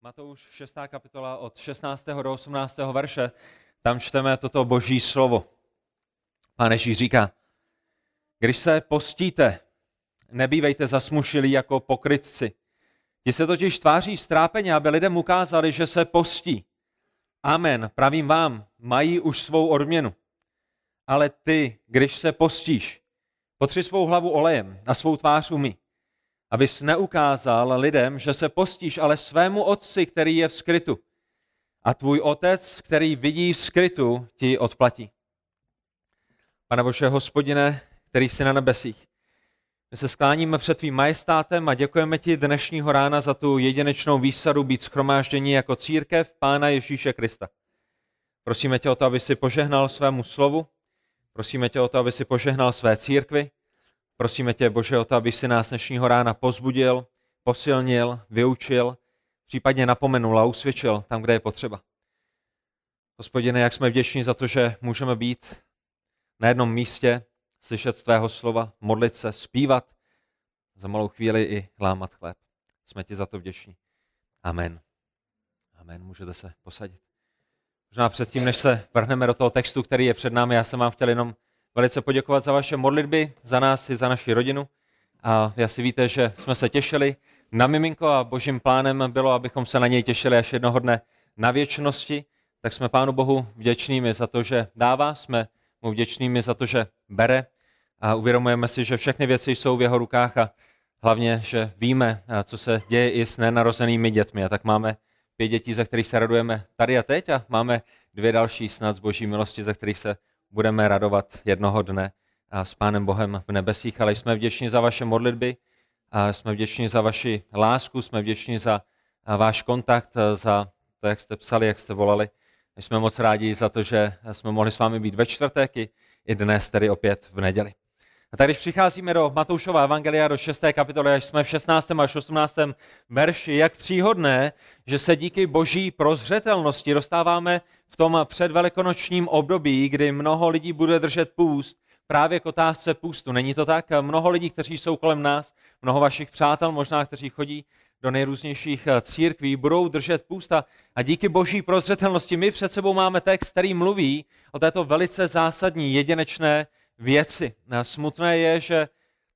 Matouš 6. kapitola od 16. do 18. verše, tam čteme toto boží slovo. Pán Ježíš říká, když se postíte, nebývejte zasmušilí jako pokrytci. Ti se totiž tváří strápeně, aby lidem ukázali, že se postí. Amen, pravím vám, mají už svou odměnu. Ale ty, když se postíš, potři svou hlavu olejem a svou tvář umyj, abys neukázal lidem, že se postíš, ale svému otci, který je v skrytu. A tvůj otec, který vidí v skrytu, ti odplatí. Pane Bože, Hospodine, který jsi na nebesích, my se skláníme před tvým majestátem a děkujeme ti dnešního rána za tu jedinečnou výsadu být shromáždění jako církev Pána Ježíše Krista. Prosíme tě o to, aby si požehnal svému slovu, prosíme tě o to, aby si požehnal své církvi, prosíme tě, Bože, o to, aby si nás dnešního rána pozbudil, posilnil, vyučil, případně napomenul a usvědčil tam, kde je potřeba. Hospodine, jak jsme vděční za to, že můžeme být na jednom místě, slyšet z tvého slova, modlit se, zpívat, za malou chvíli i lámat chléb. Jsme ti za to vděční. Amen. Amen, můžete se posadit. Možná předtím, než se vrhneme do toho textu, který je před námi, já jsem vám chtěl jenom velice poděkovat za vaše modlitby, za nás i za naši rodinu. A já si víte, že jsme se těšili na miminko a božím plánem bylo, abychom se na něj těšili až jednoho dne na věčnosti. Tak jsme Pánu Bohu vděčnými za to, že dává, jsme mu vděčnými za to, že bere a uvědomujeme si, že všechny věci jsou v jeho rukách a hlavně, že víme, co se děje i s nenarozenými dětmi. A tak máme 5 dětí, za kterých se radujeme tady a teď a máme 2 další snad z boží milosti, za kterých se budeme radovat jednoho dne s Pánem Bohem v nebesích. Ale jsme vděční za vaše modlitby, a jsme vděční za vaši lásku, jsme vděční za váš kontakt, za to, jak jste psali, jak jste volali. Jsme moc rádi za to, že jsme mohli s vámi být ve čtvrtek i dnes, tedy opět v neděli. A tak když přicházíme do Matoušova evangelia, do 6. kapitoly, až jsme v 16. až 18. verši, jak příhodné, že se díky boží prozřetelnosti dostáváme v tom předvelikonočním období, kdy mnoho lidí bude držet půst, právě k otázce půstu. Není to tak? Mnoho lidí, kteří jsou kolem nás, mnoho vašich přátel, možná kteří chodí do nejrůznějších církví, budou držet půst a díky boží prozřetelnosti my před sebou máme text, který mluví o této velice zásadní jedinečné věci. Smutné je, že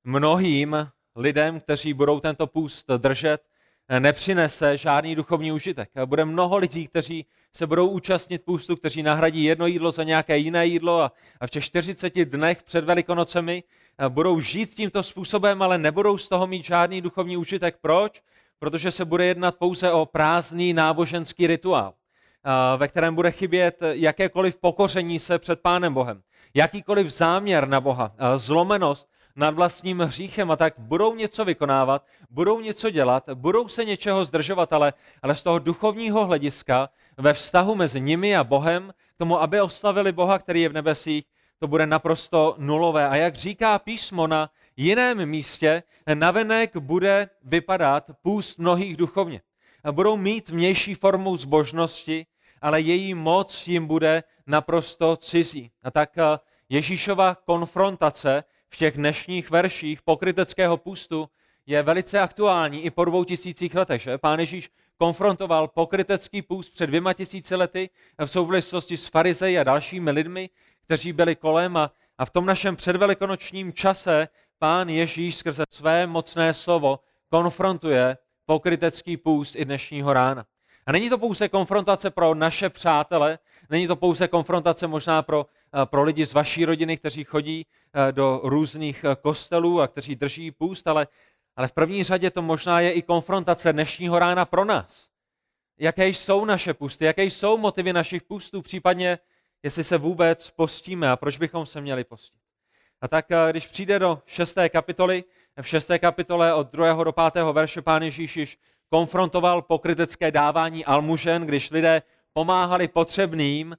mnohým lidem, kteří budou tento půst držet, nepřinese žádný duchovní užitek. Bude mnoho lidí, kteří se budou účastnit půstu, kteří nahradí jedno jídlo za nějaké jiné jídlo a v těch 40 dnech před Velikonocemi budou žít tímto způsobem, ale nebudou z toho mít žádný duchovní užitek. Proč? Protože se bude jednat pouze o prázdný náboženský rituál, ve kterém bude chybět jakékoliv pokoření se před Pánem Bohem, jakýkoliv záměr na Boha, zlomenost nad vlastním hříchem a tak budou něco vykonávat, budou něco dělat, budou se něčeho zdržovat, ale z toho duchovního hlediska ve vztahu mezi nimi a Bohem, k tomu, aby oslavili Boha, který je v nebesích, to bude naprosto nulové. A jak říká písmo na jiném místě, navenek bude vypadat půst mnohých duchovně. Budou mít vnější formu zbožnosti, ale její moc jim bude naprosto cizí. A tak Ježíšova konfrontace v těch dnešních verších pokryteckého půstu je velice aktuální i po 2000 letech. Že? Pán Ježíš konfrontoval pokrytecký půst před 2000 lety v souvislosti s farizeji a dalšími lidmi, kteří byli kolem a v tom našem předvelikonočním čase Pán Ježíš skrze své mocné slovo konfrontuje pokrytecký půst i dnešního rána. A není to pouze konfrontace pro naše přátele, není to pouze konfrontace možná pro lidi z vaší rodiny, kteří chodí do různých kostelů a kteří drží půst, ale v první řadě to možná je i konfrontace dnešního rána pro nás. Jaké jsou naše půsty, jaké jsou motivy našich půstů, případně jestli se vůbec postíme a proč bychom se měli postit. A tak když přijde do 6. kapitoly, v 6. kapitole od 2. do 5. verše Pán Ježíš již konfrontoval pokrytecké dávání almužen, když lidé pomáhali potřebným,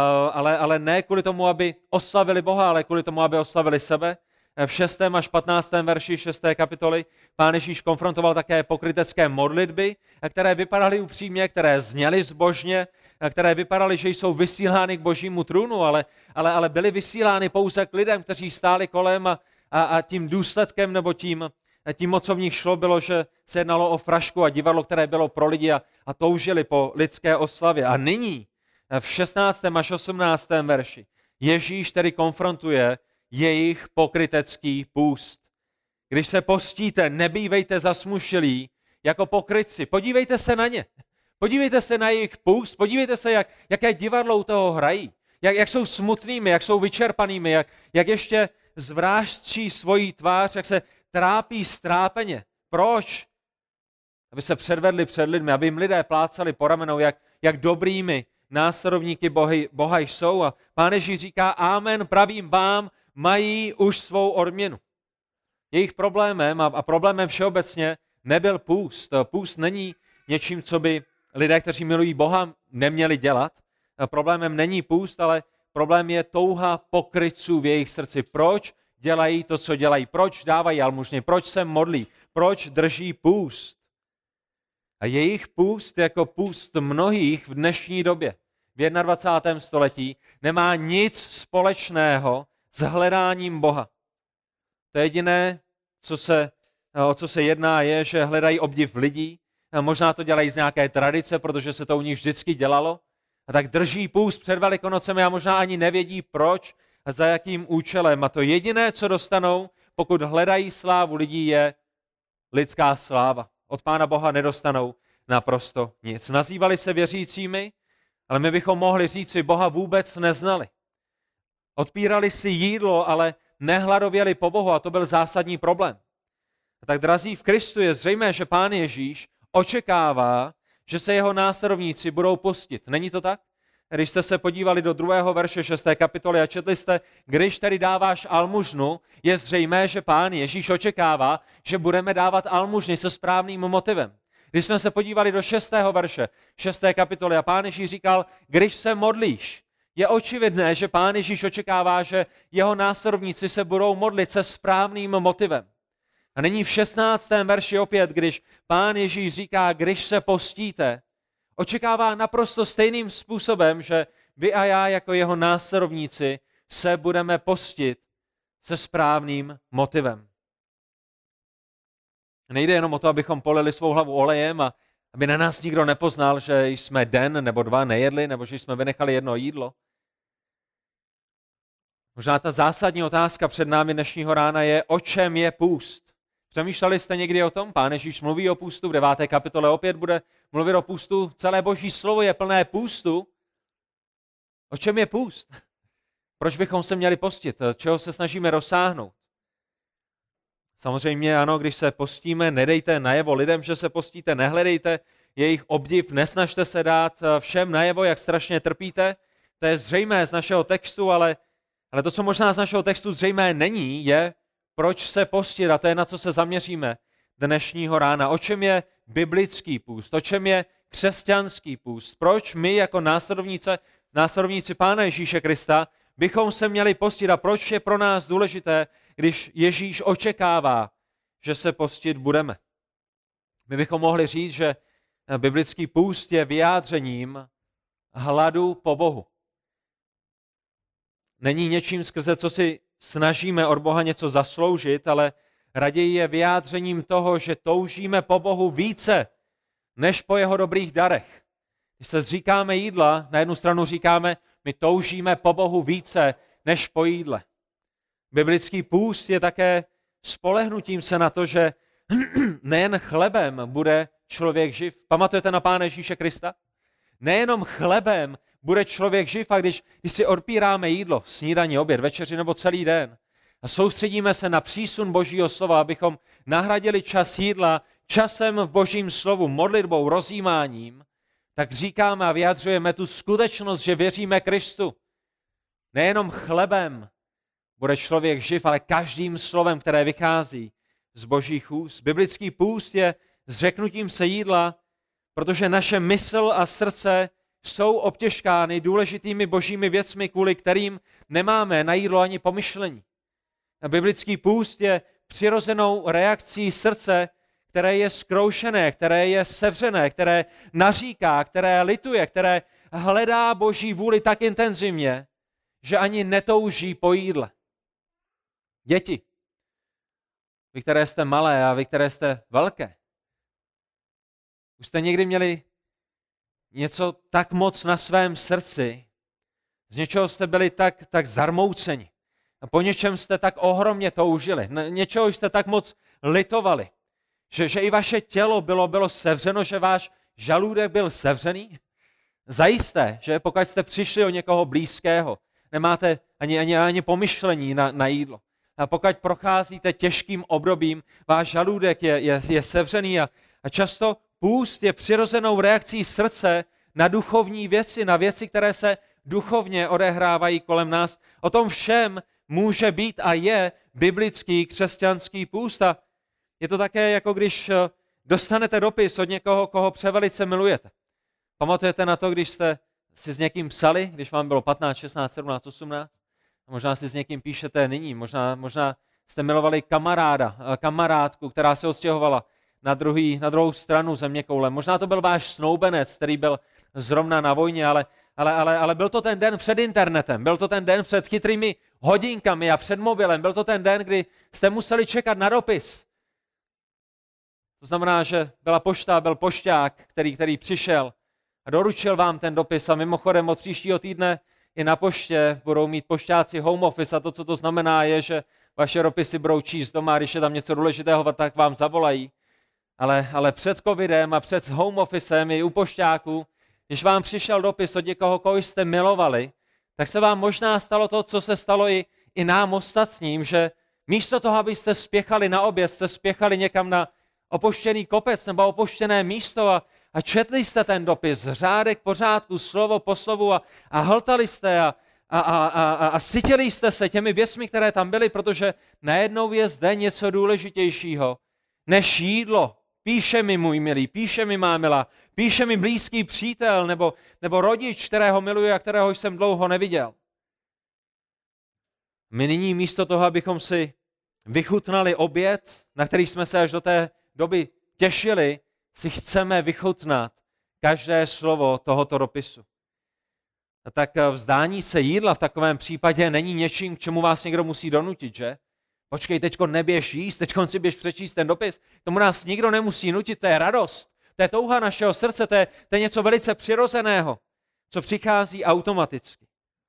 ale ne kvůli tomu, aby oslavili Boha, ale kvůli tomu, aby oslavili sebe. V 6. až 15. verši 6. kapitoly Pán Ježíš konfrontoval také pokrytecké modlitby, které vypadaly upřímně, které zněly zbožně, které vypadaly, že jsou vysílány k božímu trůnu, ale byly vysílány pouze k lidem, kteří stáli kolem a tím důsledkem nebo tím tím, o co v nich šlo, bylo, že se jednalo o frašku a divadlo, které bylo pro lidi a toužili po lidské oslavě. A nyní v 16. až 18. verši Ježíš tedy konfrontuje jejich pokrytecký půst. Když se postíte, nebývejte zasmušilí jako pokrytci. Podívejte se na ně. Podívejte se na jejich půst, podívejte se, jaké divadlo u toho hrají. Jak jsou smutnými, jak jsou vyčerpanými, jak ještě zvráští svoji tvář, jak se trápí strápeně. Proč? Aby se předvedli před lidmi, aby jim lidé plácali po ramenou, jak dobrými následovníky Boha jsou. A Pán Ježíš říká, amen, pravím vám, mají už svou odměnu. Jejich problémem a problémem všeobecně nebyl půst. Půst není něčím, co by lidé, kteří milují Boha, neměli dělat. Problémem není půst, ale problém je touha pokrytců v jejich srdci. Proč dělají to, co dělají? Proč dávají almužny? Proč se modlí? Proč drží půst? A jejich půst jako půst mnohých v dnešní době, v 21. století, nemá nic společného s hledáním Boha. To jediné, o co se jedná, je, že hledají obdiv lidí. A možná to dělají z nějaké tradice, protože se to u nich vždycky dělalo. A tak drží půst před Velikonocemi a možná ani nevědí proč a za jakým účelem. A to jediné, co dostanou, pokud hledají slávu lidí, je lidská sláva. Od Pána Boha nedostanou naprosto nic. Nazývali se věřícími, ale my bychom mohli říct, že Boha vůbec neznali. Odpírali si jídlo, ale nehladověli po Bohu a to byl zásadní problém. A tak, drazí, v Kristu je zřejmé, že Pán Ježíš očekává, že se jeho následovníci budou postit. Není to tak? Když jste se podívali do 2. verše 6. kapitoly a četli jste, když tedy dáváš almužnu, je zřejmé, že Pán Ježíš očekává, že budeme dávat almužny se správným motivem. Když jsme se podívali do 6. verše 6. kapitoly a Pán Ježíš říkal, když se modlíš, je očividné, že Pán Ježíš očekává, že jeho následovníci se budou modlit se správným motivem. A nyní v 16. verši opět, když Pán Ježíš říká, když se postíte, očekává naprosto stejným způsobem, že vy a já jako jeho následovníci se budeme postit se správným motivem. Nejde jenom o to, abychom polili svou hlavu olejem a aby na nás nikdo nepoznal, že jsme den nebo dva nejedli, nebo že jsme vynechali jedno jídlo. Možná ta zásadní otázka před námi dnešního rána je, o čem je půst? Přemýšleli jste někdy o tom? Pán Ježíš mluví o půstu, v 9. kapitole opět bude mluvit o půstu. Celé Boží slovo je plné půstu. O čem je půst? Proč bychom se měli postit? Čeho se snažíme dosáhnout? Samozřejmě ano, když se postíme, nedejte najevo lidem, že se postíte, nehledejte jejich obdiv, nesnažte se dát všem najevo, jak strašně trpíte. To je zřejmé z našeho textu, ale to, co možná z našeho textu zřejmé není, je, proč se postit, a to je, na co se zaměříme dnešního rána. O čem je biblický půst? O čem je křesťanský půst? Proč my jako následovníci Pána Ježíše Krista bychom se měli postit a proč je pro nás důležité, když Ježíš očekává, že se postit budeme? My bychom mohli říct, že biblický půst je vyjádřením hladu po Bohu. Není něčím, skrze co si snažíme od Boha něco zasloužit, ale raději je vyjádřením toho, že toužíme po Bohu více, než po jeho dobrých darech. Když se zříkáme jídla, na jednu stranu říkáme, my toužíme po Bohu více, než po jídle. Biblický půst je také spolehnutím se na to, že nejen chlebem bude člověk živ. Pamatujete na Pána Ježíše Krista? Nejenom chlebem bude člověk živ, a když si odpíráme jídlo, snídaní, oběd, večeři nebo celý den a soustředíme se na přísun Božího slova, abychom nahradili čas jídla časem v Božím slovu, modlitbou, rozjímáním, tak říkáme a vyjadřujeme tu skutečnost, že věříme Kristu. Nejenom chlebem bude člověk živ, ale každým slovem, které vychází z Božích úst. Biblický půst je zřeknutím se jídla, protože naše mysl a srdce jsou obtěžkány důležitými božími věcmi, kvůli kterým nemáme na jídlo ani pomyšlení. A biblický půst je přirozenou reakcí srdce, které je zkroušené, které je sevřené, které naříká, které lituje, které hledá Boží vůli tak intenzivně, že ani netouží po jídle. Děti, vy, které jste malé a vy, které jste velké. Už jste někdy měli něco tak moc na svém srdci, z něčeho jste byli tak zarmouceni a po něčem jste tak ohromně toužili, něčeho jste tak moc litovali, že i vaše tělo bylo sevřeno, že váš žaludek byl sevřený. Zajisté, že pokud jste přišli o někoho blízkého, nemáte ani pomyšlení na jídlo. A pokud procházíte těžkým obdobím, váš žaludek je sevřený a často půst je přirozenou reakcí srdce na duchovní věci, na věci, které se duchovně odehrávají kolem nás. O tom všem může být a je biblický křesťanský půst. A je to také, jako když dostanete dopis od někoho, koho převelice milujete. Pamatujete na to, když jste si s někým psali, když vám bylo 15, 16, 17, 18? A možná si s někým píšete nyní, možná jste milovali kamarádku, která se odstěhovala na druhou stranu zeměkoule. Možná to byl váš snoubenec, který byl zrovna na vojně, ale byl to ten den před internetem, byl to ten den před chytrými hodinkami a před mobilem, byl to ten den, kdy jste museli čekat na dopis. To znamená, že byla pošta, byl pošťák, který přišel a doručil vám ten dopis a mimochodem od příštího týdne i na poště budou mít pošťáci home office a to, co to znamená, je, že vaše dopisy budou číst doma, když je tam něco důležitého, tak vám zavolají. Ale před covidem a před home officem i u pošťáků, když vám přišel dopis od někoho, koho jste milovali, tak se vám možná stalo to, co se stalo i nám ostatním, že místo toho, abyste spěchali na oběd, jste spěchali někam na opuštěný kopec nebo opuštěné místo a četli jste ten dopis, řádek po řádku, slovo po slovu a hltali jste a sytili jste se těmi věcmi, které tam byly, protože najednou je zde něco důležitějšího než jídlo. Píše mi můj milý, píše mi má milá, píše mi blízký přítel nebo rodič, kterého miluji a kterého jsem dlouho neviděl. My nyní místo toho, abychom si vychutnali oběd, na který jsme se až do té doby těšili, si chceme vychutnat každé slovo tohoto dopisu. A tak vzdání se jídla v takovém případě není něčím, k čemu vás někdo musí donutit, že? Počkej, teďko neběž jíst, teďko si běž přečíst ten dopis. Tomu nás nikdo nemusí nutit, to je radost, to je touha našeho srdce, to je něco velice přirozeného, co přichází automaticky.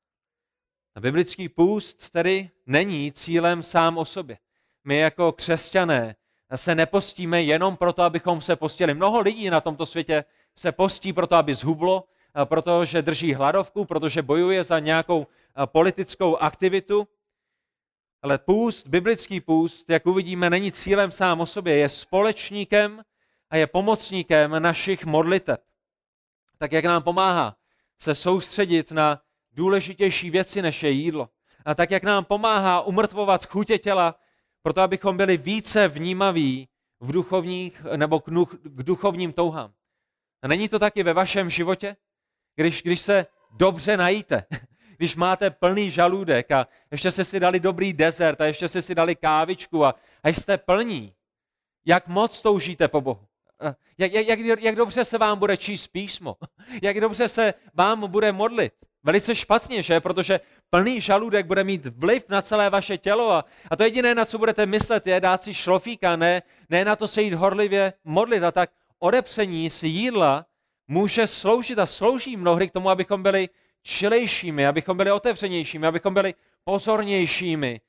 A biblický půst tedy není cílem sám o sobě. My jako křesťané se nepostíme jenom proto, abychom se postili. Mnoho lidí na tomto světě se postí proto, aby zhublo, protože drží hladovku, protože bojuje za nějakou politickou aktivitu. Ale půst, biblický půst, jak uvidíme, není cílem sám o sobě, je společníkem a je pomocníkem našich modliteb. Tak jak nám pomáhá se soustředit na důležitější věci, než je jídlo. A tak jak nám pomáhá umrtvovat chutě těla, proto abychom byli více vnímaví v duchovních nebo k duchovním touhám. A není to taky ve vašem životě? Když se dobře najíte, když máte plný žaludek a ještě jste si dali dobrý dezert a ještě jste si dali kávičku a jste plní, jak moc toužíte po Bohu. Jak dobře se vám bude číst písmo, jak dobře se vám bude modlit. Velice špatně, že? Protože plný žaludek bude mít vliv na celé vaše tělo a to jediné, na co budete myslet, je dát si šlofíka, ne na to se jít horlivě modlit. A tak odepření si jídla může sloužit a slouží mnohdy k tomu, abychom byli čilejšími, abychom byli otevřenějšími, abychom byli pozornějšími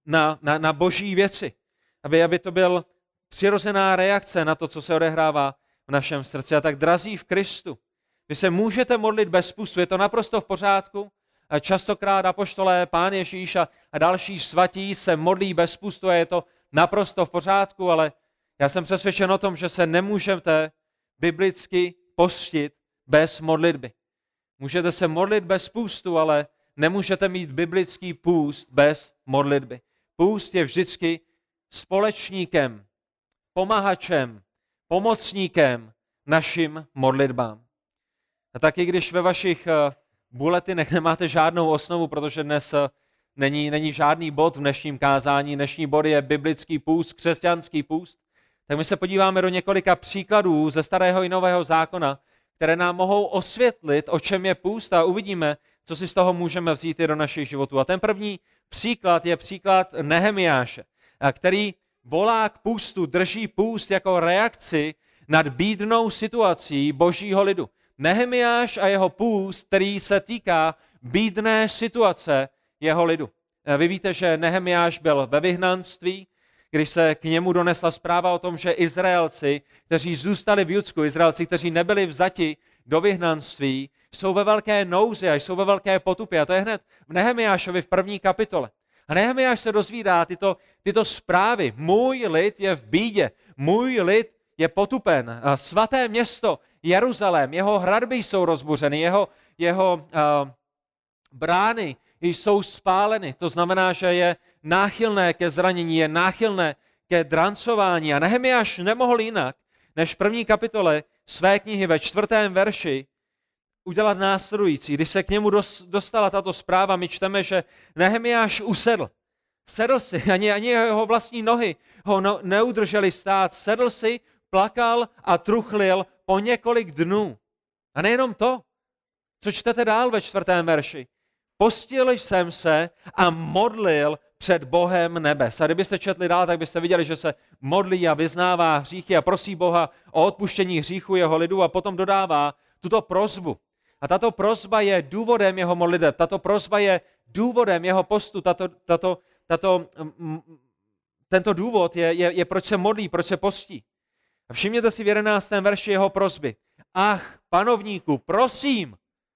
na boží věci. Aby to byl přirozená reakce na to, co se odehrává v našem srdci. A tak drazí v Kristu, vy se můžete modlit bez pustu, je to naprosto v pořádku. A častokrát apoštolé, Pán Ježíš a další svatí se modlí bez pustu a je to naprosto v pořádku, ale já jsem přesvědčen o tom, že se nemůžete biblicky postit bez modlitby. Můžete se modlit bez půstu, ale nemůžete mít biblický půst bez modlitby. Půst je vždycky společníkem, pomahačem, pomocníkem našim modlitbám. A taky když ve vašich buletinech nemáte žádnou osnovu, protože dnes není žádný bod v dnešním kázání, dnešní bod je biblický půst, křesťanský půst, tak my se podíváme do několika příkladů ze Starého i Nového zákona, které nám mohou osvětlit, o čem je půst a uvidíme, co si z toho můžeme vzít i do našich životů. A ten první příklad je příklad Nehemiáše, který volá k půstu, drží půst jako reakci nad bídnou situací božího lidu. Nehemiáš a jeho půst, který se týká bídné situace jeho lidu. Vy víte, že Nehemiáš byl ve vyhnanství, když se k němu donesla zpráva o tom, že Izraelci, kteří zůstali v Judsku, Izraelci, kteří nebyli vzati do vyhnanství, jsou ve velké nouzi a jsou ve velké potupě. A to je hned v Nehemiášovi v 1. kapitole. A Nehemiáš se dozvídá tyto zprávy. Můj lid je v bídě, můj lid je potupen. A svaté město Jeruzalém, jeho hradby jsou rozbuřeny, jeho brány jsou spáleny. To znamená, že je náchylné ke zranění, je náchylné ke drancování. A Nehemiáš nemohl jinak, než v 1. kapitole své knihy ve 4. verši udělat následující. Když se k němu dostala tato zpráva, my čteme, že Nehemiáš usedl. Sedl si, ani jeho vlastní nohy ho neudrželi stát. Sedl si, plakal a truchlil po několik dnů. A nejenom to, co čtete dál ve 4. verši. Postil jsem se a modlil před Bohem nebes. A kdybyste četli dál, tak byste viděli, že se modlí a vyznává hříchy a prosí Boha o odpuštění hříchu jeho lidu a potom dodává tuto prosbu. A tato prosba je důvodem jeho modliteb, tato prosba je důvodem jeho postu, tento důvod je, proč se modlí, proč se postí. A všimněte si v 11. verši jeho prosby. Ach, panovníku, prosím,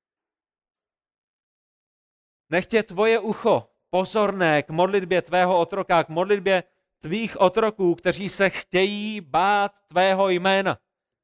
nech je tvoje ucho pozorné k modlitbě tvého otroka, k modlitbě tvých otroků, kteří se chtějí bát tvého jména.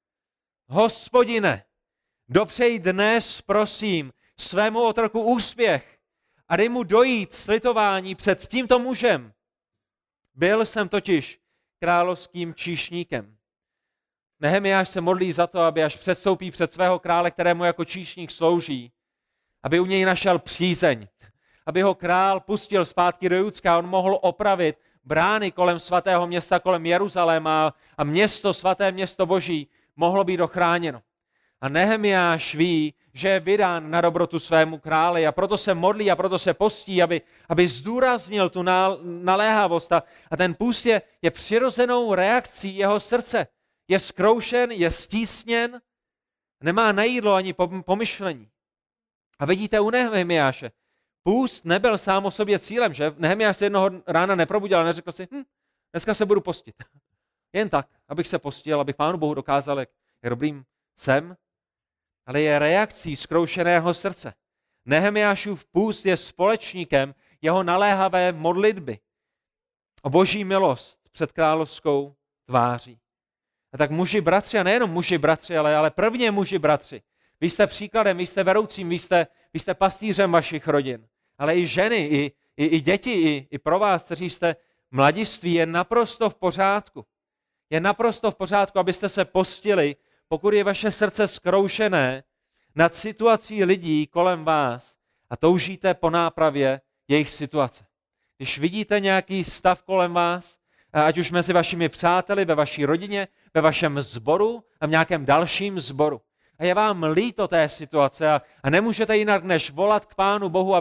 Hospodine, dopřej dnes, prosím, svému otroku úspěch a dej mu dojít slitování před tímto mužem. Byl jsem totiž královským číšníkem. Nehemiáš se modlí za to, aby až předstoupí před svého krále, kterému jako číšník slouží, aby u něj našel přízeň, aby ho král pustil zpátky do Judska, on mohl opravit brány kolem svatého města, kolem Jeruzaléma a město, svaté město Boží, mohlo být ochráněno. A Nehemiáš ví, že je vydán na dobrotu svému králi a proto se modlí a proto se postí, aby zdůraznil tu naléhavost. A ten půst je přirozenou reakcí jeho srdce. Je zkroušen, je stísněn, nemá na jídlo ani pomyšlení. A vidíte u Nehemiáše, půst nebyl sám o sobě cílem, že? Nehemiáš se jednoho rána neprobudil a neřekl si, dneska se budu postit. Jen tak, abych se postil, abych Pánu Bohu dokázal, jak dobrým jsem, ale je reakcí zkroušeného srdce. Nehemiášův půst je společníkem jeho naléhavé modlitby o boží milost před královskou tváří. A tak muži bratři, a nejenom muži bratři, ale prvně muži bratři, vy jste příkladem, vy jste vedoucím, vy jste pastýřem vašich rodin, ale i ženy, i děti, i pro vás, kteří jste mladiství, je naprosto v pořádku. Je naprosto v pořádku, abyste se postili, pokud je vaše srdce zkroušené nad situací lidí kolem vás a toužíte po nápravě jejich situace. Když vidíte nějaký stav kolem vás, ať už mezi vašimi přáteli, ve vaší rodině, ve vašem sboru a v nějakém dalším sboru. A je vám líto té situace a nemůžete jinak než volat k Pánu Bohu,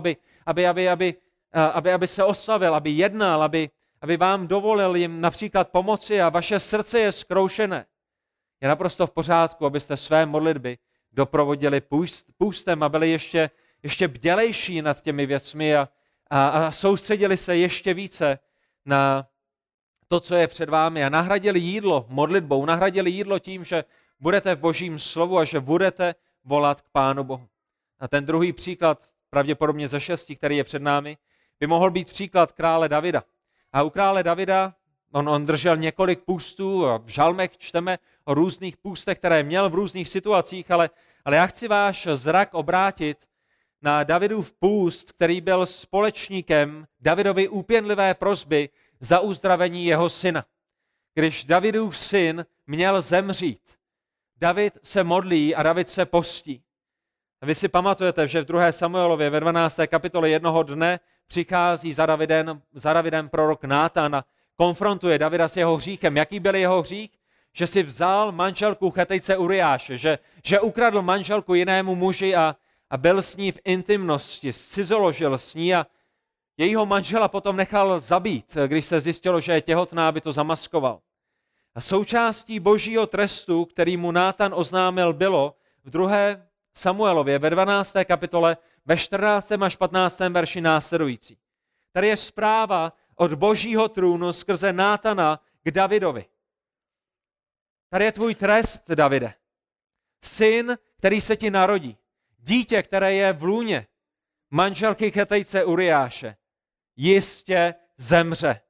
aby se oslavil, aby jednal, aby vám dovolil jim například pomoci a vaše srdce je zkroušené. Je naprosto v pořádku, abyste své modlitby doprovodili půstem a byli ještě bdělejší nad těmi věcmi a soustředili se ještě více na to, co je před vámi a nahradili jídlo modlitbou, nahradili jídlo tím, že budete v Božím slovu a že budete volat k Pánu Bohu. A ten druhý příklad, pravděpodobně ze 6, který je před námi, by mohl být příklad krále Davida. A u krále Davida on držel několik půstů a v žalmech čteme o různých půstech, které měl v různých situacích, ale já chci váš zrak obrátit na Davidův půst, který byl společníkem Davidovy úpěnlivé prosby za uzdravení jeho syna. Když Davidův syn měl zemřít, David se modlí a David se postí. A vy si pamatujete, že v 2. Samuelově ve 12. kapitole jednoho dne přichází za Davidem prorok Nátan a konfrontuje Davida s jeho hříchem. Jaký byl jeho hřích? Že si vzal manželku Chetejce Uriáše, že ukradl manželku jinému muži a byl s ní v intimnosti, scizoložil s ní a jejího manžela potom nechal zabít, když se zjistilo, že je těhotná, aby to zamaskoval. A součástí božího trestu, který mu Nátan oznámil, bylo v 2. Samuelově ve 12. kapitole ve 14. až 15. verši následující. Tady je zpráva od božího trůnu skrze Nátana k Davidovi. Tady je tvůj trest, Davide. Syn, který se ti narodí. Dítě, které je v lůně manželky Chetejce Uriáše, jistě zemře.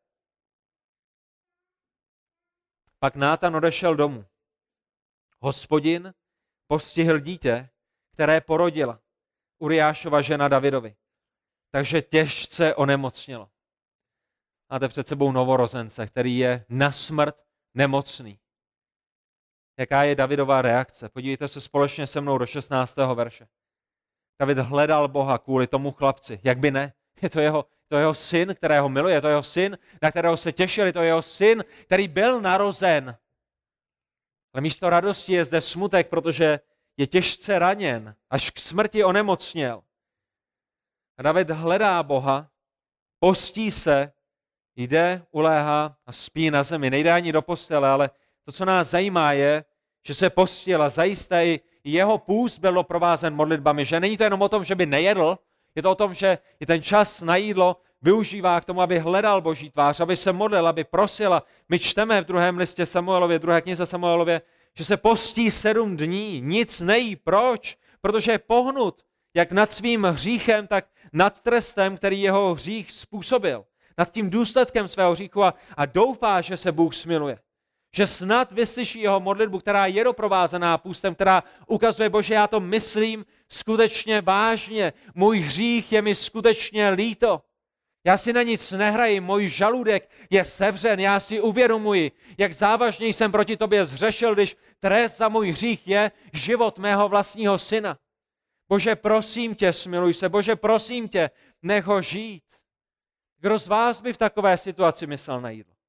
Pak Nátan odešel domů. Hospodin postihl dítě, které porodila Uriášova žena Davidovi. Takže těžce onemocnělo. Máte před sebou novorozence, který je na smrt nemocný. Jaká je Davidova reakce? Podívejte se společně se mnou do 16. verše. David hledal Boha kvůli tomu chlapci. Jak by ne? Je to jeho syn, kterého miluje, je to jeho syn, na kterého se těšil, je to jeho syn, který byl narozen. Ale místo radosti je zde smutek, protože je těžce raněn, až k smrti onemocněl. A David hledá Boha, postí se, jde, uléhá a spí na zemi. Nejde ani do postele, ale to, co nás zajímá, je, že se postil a zajisté i jeho půst byl doprovázen modlitbami. Že není to jenom o tom, že by nejedl, je to o tom, že i ten čas na jídlo využívá k tomu, aby hledal Boží tvář, aby se modlil, aby prosil. A my čteme v 2. listě Samuelově, 2. knize Samuelově, že se postí 7 dní, nic nejí. Proč? Protože je pohnut jak nad svým hříchem, tak nad trestem, který jeho hřích způsobil. Nad tím důsledkem svého hříchu a doufá, že se Bůh smiluje. Že snad vyslyší jeho modlitbu, která je doprovázená půstem, která ukazuje, Bože, já to myslím skutečně vážně. Můj hřích je mi skutečně líto. Já si na nic nehraji, můj žaludek je sevřen, já si uvědomuji, jak závažně jsem proti tobě zhřešil, když trest za můj hřích je život mého vlastního syna. Bože, prosím tě, smiluj se, Bože, prosím tě, nech ho žít. Kdo z vás by v takové situaci myslel na jídlo?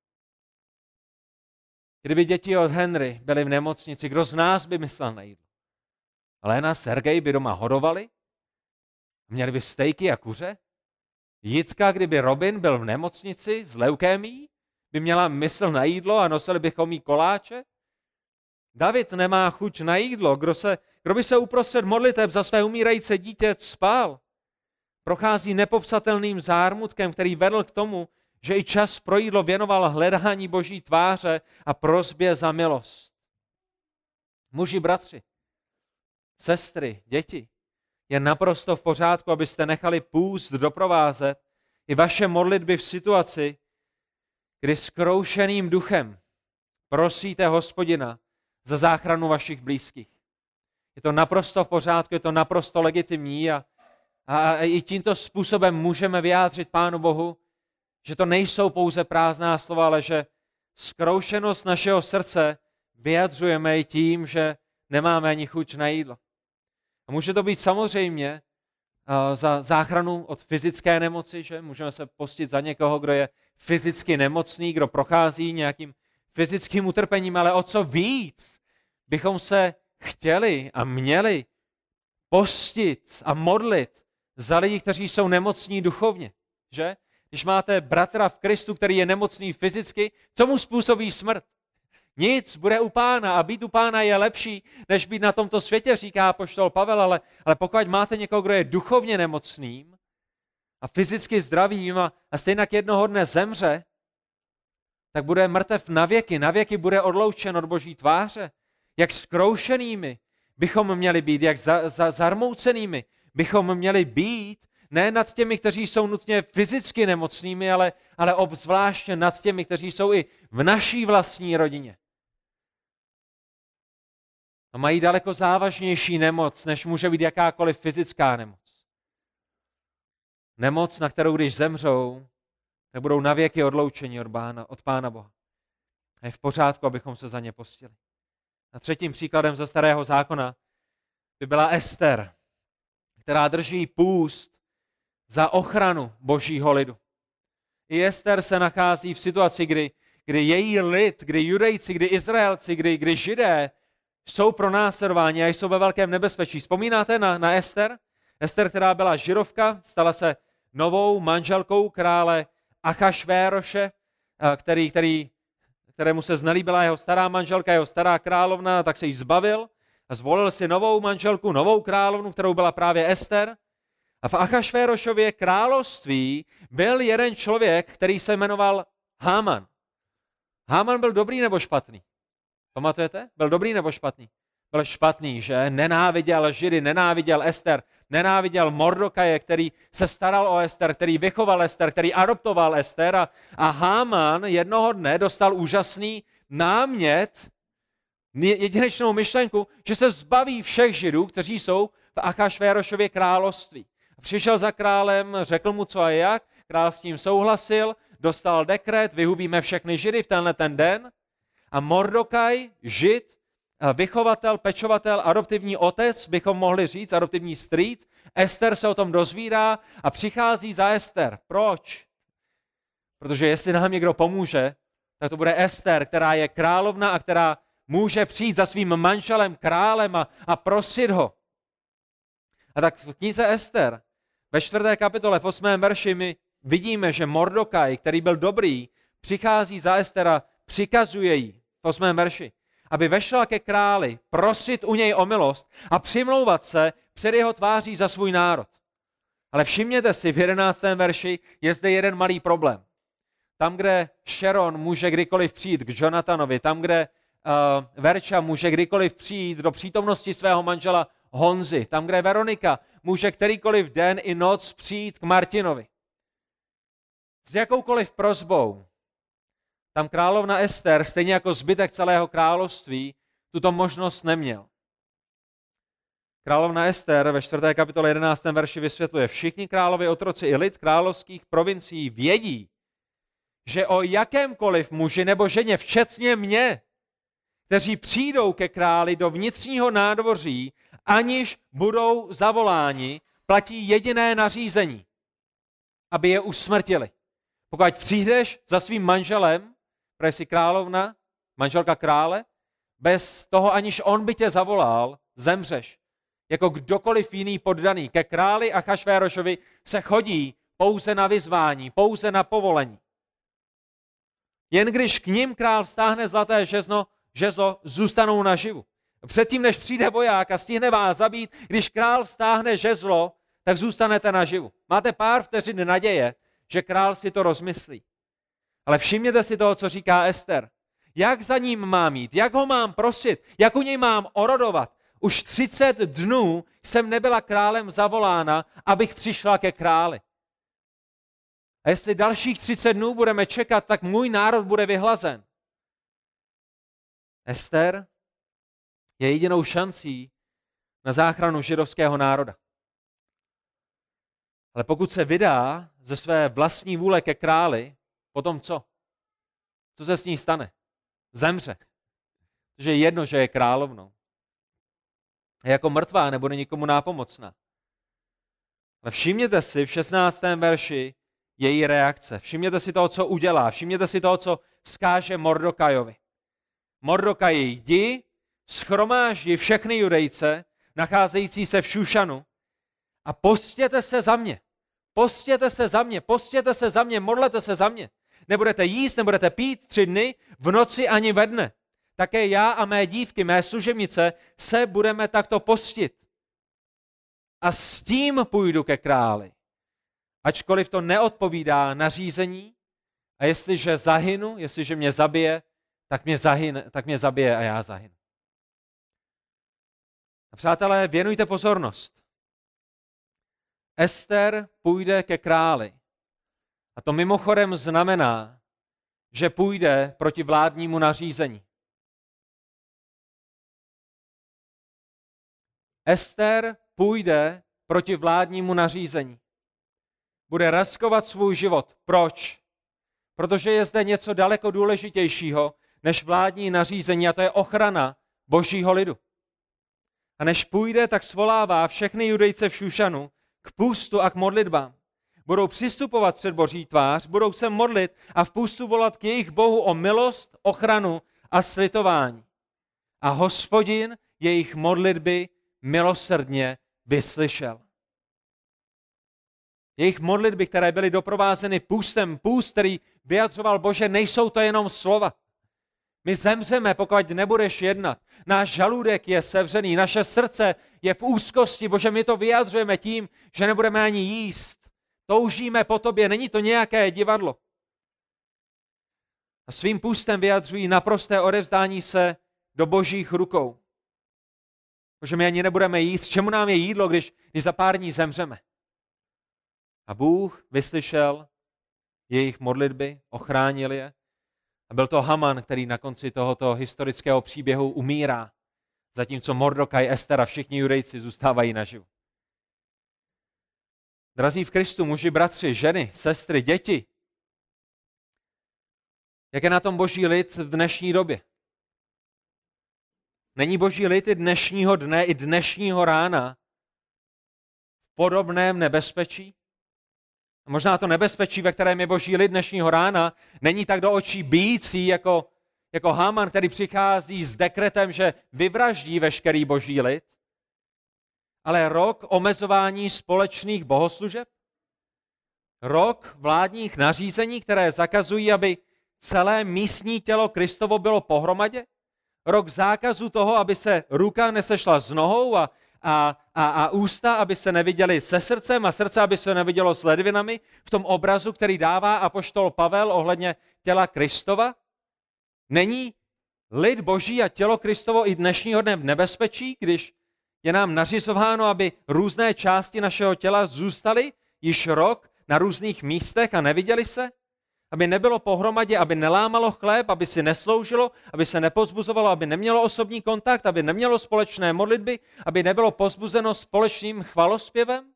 Kdyby děti od Henry byly v nemocnici, kdo z nás by myslel na jídlo? Léna, Sergej by doma hodovali? Měli by stejky a kuře? Jitka, kdyby Robin byl v nemocnici s leukémií, by měla mysl na jídlo a nosili bychom jí koláče? David nemá chuť na jídlo. Kdo by se uprostřed modliteb za své umírající dítě spál? Prochází nepopsatelným zármutkem, který vedl k tomu, že i čas pro jídlo věnoval hledání Boží tváře a prosbě za milost. Muži, bratři, sestry, děti, je naprosto v pořádku, abyste nechali půst doprovázet i vaše modlitby v situaci, kdy skroušeným duchem prosíte Hospodina za záchranu vašich blízkých. Je to naprosto v pořádku, je to naprosto legitimní a i tímto způsobem můžeme vyjádřit Pánu Bohu, že to nejsou pouze prázdná slova, ale že zkroušenost našeho srdce vyjadřujeme i tím, že nemáme ani chuť na jídlo. A může to být samozřejmě za záchranu od fyzické nemoci, že můžeme se postit za někoho, kdo je fyzicky nemocný, kdo prochází nějakým fyzickým utrpením, ale o co víc bychom se chtěli a měli postit a modlit za lidi, kteří jsou nemocní duchovně, že? Když máte bratra v Kristu, který je nemocný fyzicky, co mu způsobí smrt? Nic, bude u Pána a být u Pána je lepší, než být na tomto světě, říká apoštol Pavel, ale pokud máte někoho, kdo je duchovně nemocným a fyzicky zdravým a stejně jednoho dne zemře, tak bude mrtev na věky bude odloučen od Boží tváře. Jak zkroušenými bychom měli být, jak zarmoucenými bychom měli být, ne nad těmi, kteří jsou nutně fyzicky nemocnými, ale obzvláště nad těmi, kteří jsou i v naší vlastní rodině. A mají daleko závažnější nemoc, než může být jakákoliv fyzická nemoc. Nemoc, na kterou když zemřou, tak budou navěky odloučeni od Pána Boha. A je v pořádku, abychom se za ně postili. A třetím příkladem ze Starého zákona by byla Ester, která drží půst za ochranu Božího lidu. I Ester se nachází v situaci, kdy její lid, kdy Judejci, kdy Izraelci, kdy Židé jsou pronásledováni a jsou ve velkém nebezpečí. Vzpomínáte na Ester? Ester, která byla Židovka, stala se novou manželkou krále Achašvéroše, kterému se znelíbila jeho stará manželka, jeho stará královna, tak se jí zbavil a zvolil si novou manželku, novou královnu, kterou byla právě Ester. A v Achašvérošově království byl jeden člověk, který se jmenoval Háman. Háman byl dobrý nebo špatný? Pamatujete? Byl dobrý nebo špatný? Byl špatný, že? Nenáviděl Židy, nenáviděl Ester, nenáviděl Mordokaje, který se staral o Ester, který vychoval Ester, který adoptoval Ester. A Háman jednoho dne dostal úžasný námět, jedinečnou myšlenku, že se zbaví všech Židů, kteří jsou v Achašvérošově království. Přišel za králem, řekl mu, co a jak, král s tím souhlasil, dostal dekret, vyhubíme všechny Židy v tenhle ten den. A Mordokaj, Žid, vychovatel, pečovatel, adoptivní otec, bychom mohli říct, adoptivní strýc, Ester se o tom dozvídá a přichází za Ester. Proč? Protože jestli nám někdo pomůže, tak to bude Ester, která je královna a která může přijít za svým manželem, králem a prosit ho. A tak v knize Ester, ve 4. kapitole, v 8. verši, my vidíme, že Mordokaj, který byl dobrý, přichází za Ester a přikazuje jí v 8. verši, aby vešla ke králi, prosit u něj o milost a přimlouvat se před jeho tváří za svůj národ. Ale všimněte si, v 11. verši je zde jeden malý problém. Tam, kde Sharon může kdykoliv přijít k Jonathanovi, tam, kde Verča může kdykoliv přijít do přítomnosti svého manžela Honzy, tam, kde Veronika může kterýkoliv den i noc přijít k Martinovi. S jakoukoliv prosbou, tam královna Ester, stejně jako zbytek celého království, tuto možnost neměl. Královna Ester ve 4. kapitole 11. verši vysvětluje, všichni královi, otroci i lid královských provincií vědí, že o jakémkoliv muži nebo ženě, včetně mě, kteří přijdou ke králi do vnitřního nádvoří, aniž budou zavoláni, platí jediné nařízení, aby je usmrtili. Pokud přijdeš za svým manželem, protože jsi královna, manželka krále, bez toho, aniž on by tě zavolal, zemřeš. Jako kdokoliv jiný poddaný. Ke králi Achašvérošovi se chodí pouze na vyzvání, pouze na povolení. Jen když k ním král vztáhne zlaté žezlo, zůstanou naživu. Předtím, než přijde voják a stihne vás zabít, když král vztáhne žezlo, tak zůstanete naživu. Máte pár vteřin naděje, že král si to rozmyslí. Ale všimněte si toho, co říká Ester. Jak za ním mám jít? Jak ho mám prosit? Jak u něj mám orodovat? Už 30 dnů jsem nebyla králem zavolána, abych přišla ke králi. A jestli dalších 30 dnů budeme čekat, tak můj národ bude vyhlazen. Ester je jedinou šancí na záchranu židovského národa. Ale pokud se vydá ze své vlastní vůle ke králi, potom co? Co se s ní stane? Zemře. Protože je jedno, že je královnou. A jako mrtvá nebude nikomu nápomocná. Ale všimněte si v 16. verši její reakce. Všimněte si toho, co udělá. Všimněte si toho, co vzkáže Mordokajovi. Mordokaji, jdi, shromáždi všechny Judejce, nacházející se v Šušanu, a postěte se za mě. Postěte se za mě, postěte se za mě, modlete se za mě. Nebudete jíst, nebudete pít 3 dny, v noci ani ve dne. Také já a mé dívky, mé služebnice se budeme takto postit. A s tím půjdu ke králi. Ačkoliv to neodpovídá nařízení, a jestliže zahynu, jestliže mě zabije, tak mě zabije a já zahynu. A přátelé, věnujte pozornost. Ester půjde ke králi. A to mimochodem znamená, že půjde proti vládnímu nařízení. Ester půjde proti vládnímu nařízení. Bude riskovat svůj život. Proč? Protože je zde něco daleko důležitějšího než vládní nařízení, a to je ochrana božího lidu. A než půjde, tak svolává všechny Judejce v Šušanu k půstu a k modlitbám. Budou přistupovat před boží tvář, budou se modlit a v půstu volat k jejich Bohu o milost, ochranu a slitování. A Hospodin jejich modlitby milosrdně vyslyšel. Jejich modlitby, které byly doprovázeny půstem, půst, který vyjadřoval Bože, nejsou to jenom slova. My zemřeme, pokud nebudeš jednat. Náš žaludek je sevřený, naše srdce je v úzkosti. Bože, my to vyjadřujeme tím, že nebudeme ani jíst. Toužíme po tobě, není to nějaké divadlo. A svým půstem vyjadřují naprosté odevzdání se do Božích rukou. Bože, my ani nebudeme jíst. Čemu nám je jídlo, když za pár dní zemřeme? A Bůh vyslyšel jejich modlitby, ochránil je. A byl to Haman, který na konci tohoto historického příběhu umírá, zatímco Mordokaj, Ester a všichni Judejci zůstávají naživu. Drazí v Kristu, muži, bratři, ženy, sestry, děti, jak je na tom Boží lid v dnešní době? Není Boží lid i dnešního dne, i dnešního rána v podobném nebezpečí? A možná to nebezpečí, ve kterém je Boží lid dnešního rána, není tak do očí bijící jako Haman, který přichází s dekretem, že vyvraždí veškerý Boží lid, ale rok omezování společných bohoslužeb, rok vládních nařízení, které zakazují, aby celé místní tělo Kristovo bylo pohromadě, rok zákazu toho, aby se ruka nesešla s nohou a ústa, aby se neviděly se srdcem a srdce, aby se nevidělo s ledvinami v tom obrazu, který dává apoštol Pavel ohledně těla Kristova. Není lid Boží a tělo Kristovo i dnešního dne v nebezpečí, když je nám nařizováno, aby různé části našeho těla zůstaly již rok na různých místech a neviděli se? Aby nebylo pohromadě, aby nelámalo chléb, aby si nesloužilo, aby se nepozbuzovalo, aby nemělo osobní kontakt, aby nemělo společné modlitby, aby nebylo pozbuzeno společným chvalospěvem?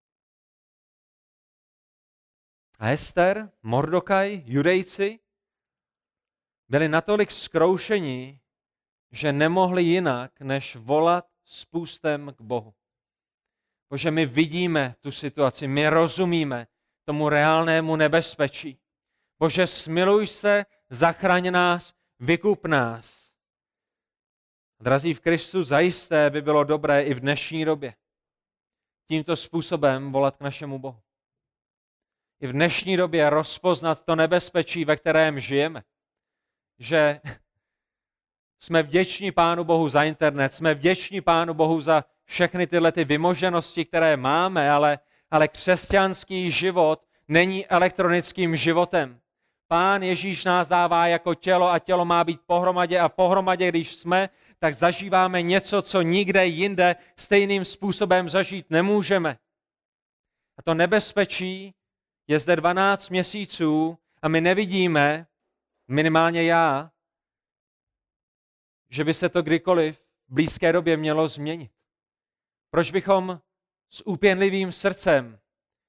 A Ester, Mordokaj, Judejci byli natolik zkroušeni, že nemohli jinak, než volat s půstem k Bohu. Bože, my vidíme tu situaci, my rozumíme tomu reálnému nebezpečí. Bože, smiluj se, zachraň nás, vykup nás. Drazí v Kristu, zajisté by bylo dobré i v dnešní době tímto způsobem volat k našemu Bohu. I v dnešní době rozpoznat to nebezpečí, ve kterém žijeme. Že jsme vděční Pánu Bohu za internet, jsme vděční Pánu Bohu za všechny tyhle ty vymoženosti, které máme, ale křesťanský život není elektronickým životem. Pán Ježíš nás dává jako tělo a tělo má být pohromadě a pohromadě, když jsme, tak zažíváme něco, co nikde jinde stejným způsobem zažít nemůžeme. A to nebezpečí je zde 12 měsíců a my nevidíme, minimálně já, že by se to kdykoliv v blízké době mělo změnit. Proč bychom s úpěnlivým srdcem,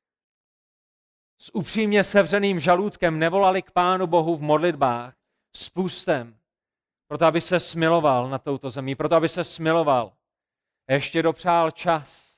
s upřímně sevřeným žaludkem nevolali k Pánu Bohu v modlitbách s půstem, proto aby se smiloval nad touto zemí, proto aby se smiloval a ještě dopřál čas.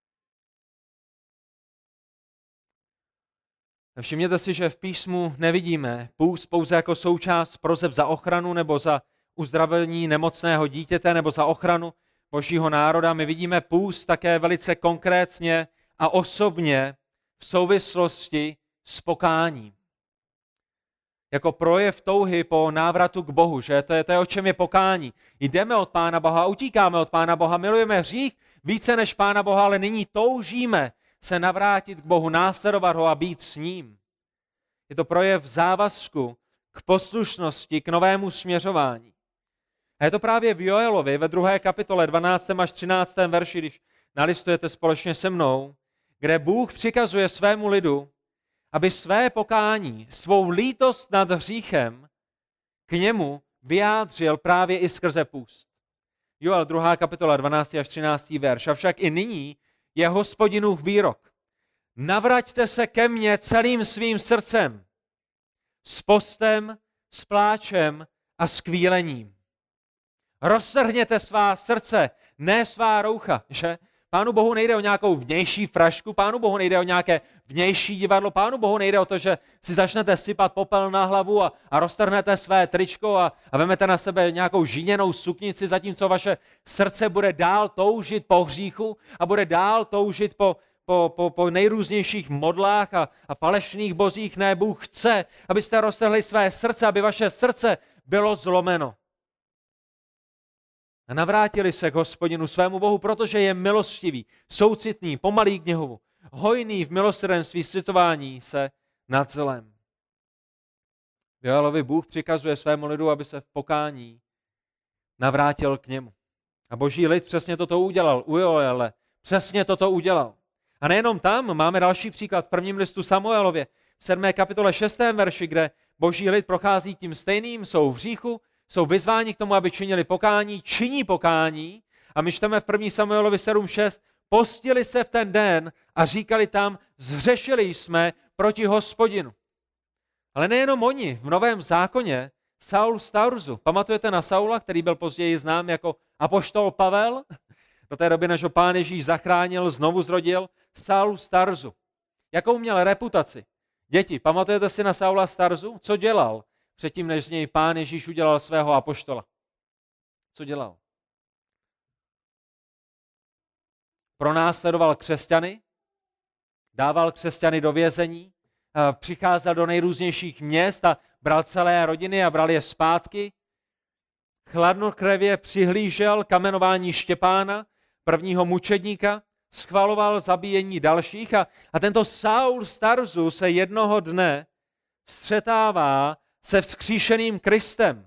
Všimněte si, že v písmu nevidíme půst pouze jako součást proseb za ochranu nebo za uzdravení nemocného dítěte nebo za ochranu Božího národa. My vidíme půst také velice konkrétně a osobně v souvislosti s pokáním. Jako projev touhy po návratu k Bohu, že? To je o čem je pokání. Jdeme od Pána Boha, utíkáme od Pána Boha, milujeme hřích více než Pána Boha, ale nyní toužíme se navrátit k Bohu, následovat ho a být s ním. Je to projev závazku k poslušnosti, k novému směřování. A je to právě v Joelovi ve 2. kapitole 12. až 13. verši, když nalistujete společně se mnou, kde Bůh přikazuje svému lidu, aby své pokání, svou lítost nad hříchem k němu vyjádřil právě i skrze půst. Joel 2. kapitola 12. až 13. verš. Avšak i nyní je Hospodinův výrok. Navraťte se ke mně celým svým srdcem, s postem, s pláčem a s kvílením. Roztrhněte svá srdce, ne svá roucha, že? Pánu Bohu nejde o nějakou vnější frašku, Pánu Bohu nejde o nějaké vnější divadlo, Pánu Bohu nejde o to, že si začnete sypat popel na hlavu a roztrhnete své tričko a vemete na sebe nějakou žíněnou suknici, zatímco vaše srdce bude dál toužit po hříchu a bude dál toužit po po nejrůznějších modlách a falešných bozích. Ne, Bůh chce, abyste roztrhli své srdce, aby vaše srdce bylo zlomeno. A navrátili se k Hospodinu svému Bohu, protože je milostivý, soucitný, pomalý k hněvu, hojný v milosrdenství, slitování se nad zlem. V Joelovi Bůh přikazuje svému lidu, aby se v pokání navrátil k němu. A boží lid přesně toto udělal. U Joele přesně toto udělal. A nejenom tam, máme další příklad v prvním listu Samuelově, v 7. kapitole 6. verši, kde boží lid prochází tím stejným, jsou v hříchu, jsou vyzváni k tomu, aby činili pokání, činí pokání. A my čteme v 1. Samuelovi 7.6, postili se v ten den a říkali tam, zhřešili jsme proti Hospodinu. Ale nejenom oni, v Novém zákoně Saul z Tarzu. Pamatujete na Saula, který byl později znám jako apoštol Pavel? Do té doby, než ho Pán Ježíš zachránil, znovu zrodil. Saul z Tarzu. Jakou měl reputaci? Děti, pamatujete si na Saula z Tarzu? Co dělal předtím, než z něj Pán Ježíš udělal svého apoštola? Co dělal? Pronásledoval křesťany, dával křesťany do vězení, přicházel do nejrůznějších měst a bral celé rodiny a bral je zpátky. Chladnokrevě přihlížel kamenování Štěpána, prvního mučedníka, schvaloval zabíjení dalších a tento Saul z Tarzu se jednoho dne střetává se vzkříšeným Kristem.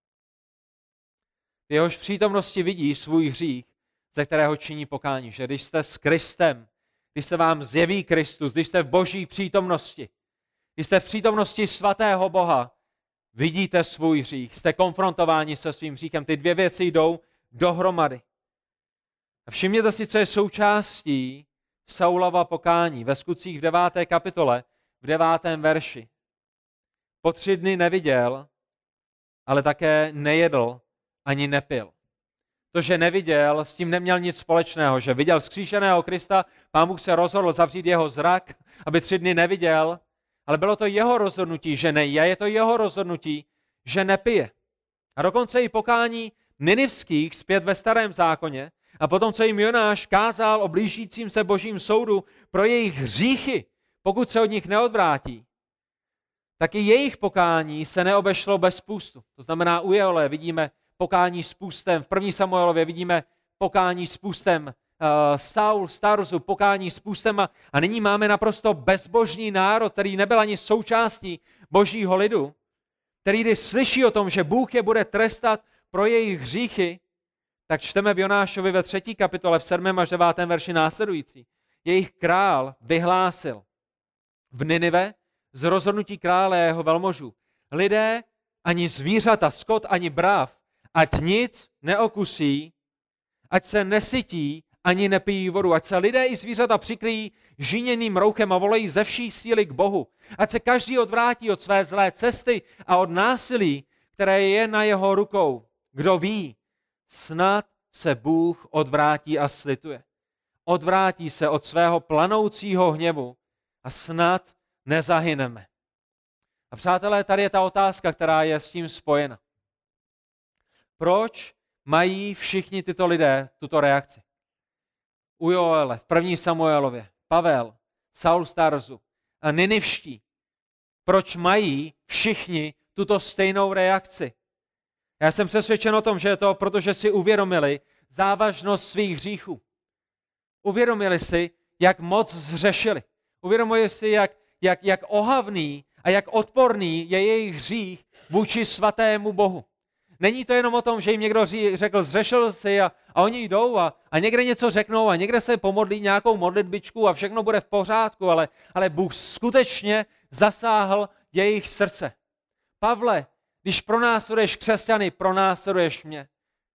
V jehož přítomnosti vidí svůj hřích, ze kterého činí pokání. Že když jste s Kristem, když se vám zjeví Kristus, když jste v boží přítomnosti, když jste v přítomnosti svatého Boha, vidíte svůj hřích, jste konfrontováni se svým hříchem. Ty dvě věci jdou dohromady. A všimněte si, co je součástí Saulova pokání. Ve Skutcích v 9. kapitole, v 9. verši. Po 3 dny neviděl, ale také nejedl ani nepil. To, že neviděl, s tím neměl nic společného. Že viděl vzkříšeného Krista, Pán Bůh se rozhodl zavřít jeho zrak, aby 3 dny neviděl, ale bylo to jeho rozhodnutí, že nejí. A je to jeho rozhodnutí, že nepije. A dokonce i pokání ninivských zpět ve Starém zákoně a potom, co jim Jonáš kázal o blížícím se božím soudu pro jejich hříchy, pokud se od nich neodvrátí, tak i jejich pokání se neobešlo bez půstu. To znamená, u Joele vidíme pokání s půstem, v 1. Samuelově vidíme pokání s půstem, Saul z Tarzu, pokání s půstem a nyní máme naprosto bezbožný národ, který nebyl ani součástí božího lidu, který když slyší o tom, že Bůh je bude trestat pro jejich hříchy, tak čteme v Jonášovi ve 3. kapitole v 7. až 9. verši následující. Jejich král vyhlásil v Ninive z rozhodnutí krále a jeho velmožů. Lidé, ani zvířata, skot, ani brav, ať nic neokusí, ať se nesytí, ani nepijí vodu. Ať se lidé i zvířata přikryjí žíněným rouchem a volají ze vší síly k Bohu. Ať se každý odvrátí od své zlé cesty a od násilí, které je na jeho rukou. Kdo ví, snad se Bůh odvrátí a slituje. Odvrátí se od svého planoucího hněvu a snad nezahyneme. A přátelé, tady je ta otázka, která je s tím spojena. Proč mají všichni tyto lidé tuto reakci? U Joele, v 1. Samuelově, Pavel, Saul z Tarzu a ninivští. Proč mají všichni tuto stejnou reakci? Já jsem přesvědčen o tom, že je to, protože si uvědomili závažnost svých hříchů. Uvědomili si, jak moc zřešili. Uvědomili si, jak ohavný a jak odporný je jejich hřích vůči svatému Bohu. Není to jenom o tom, že jim někdo řekl, zřešil si a oni jdou a někde něco řeknou a někde se pomodlí nějakou modlitbičku a všechno bude v pořádku, ale Bůh skutečně zasáhl jejich srdce. Pavle, když pronásleduješ křesťany, pronásleduješ mě.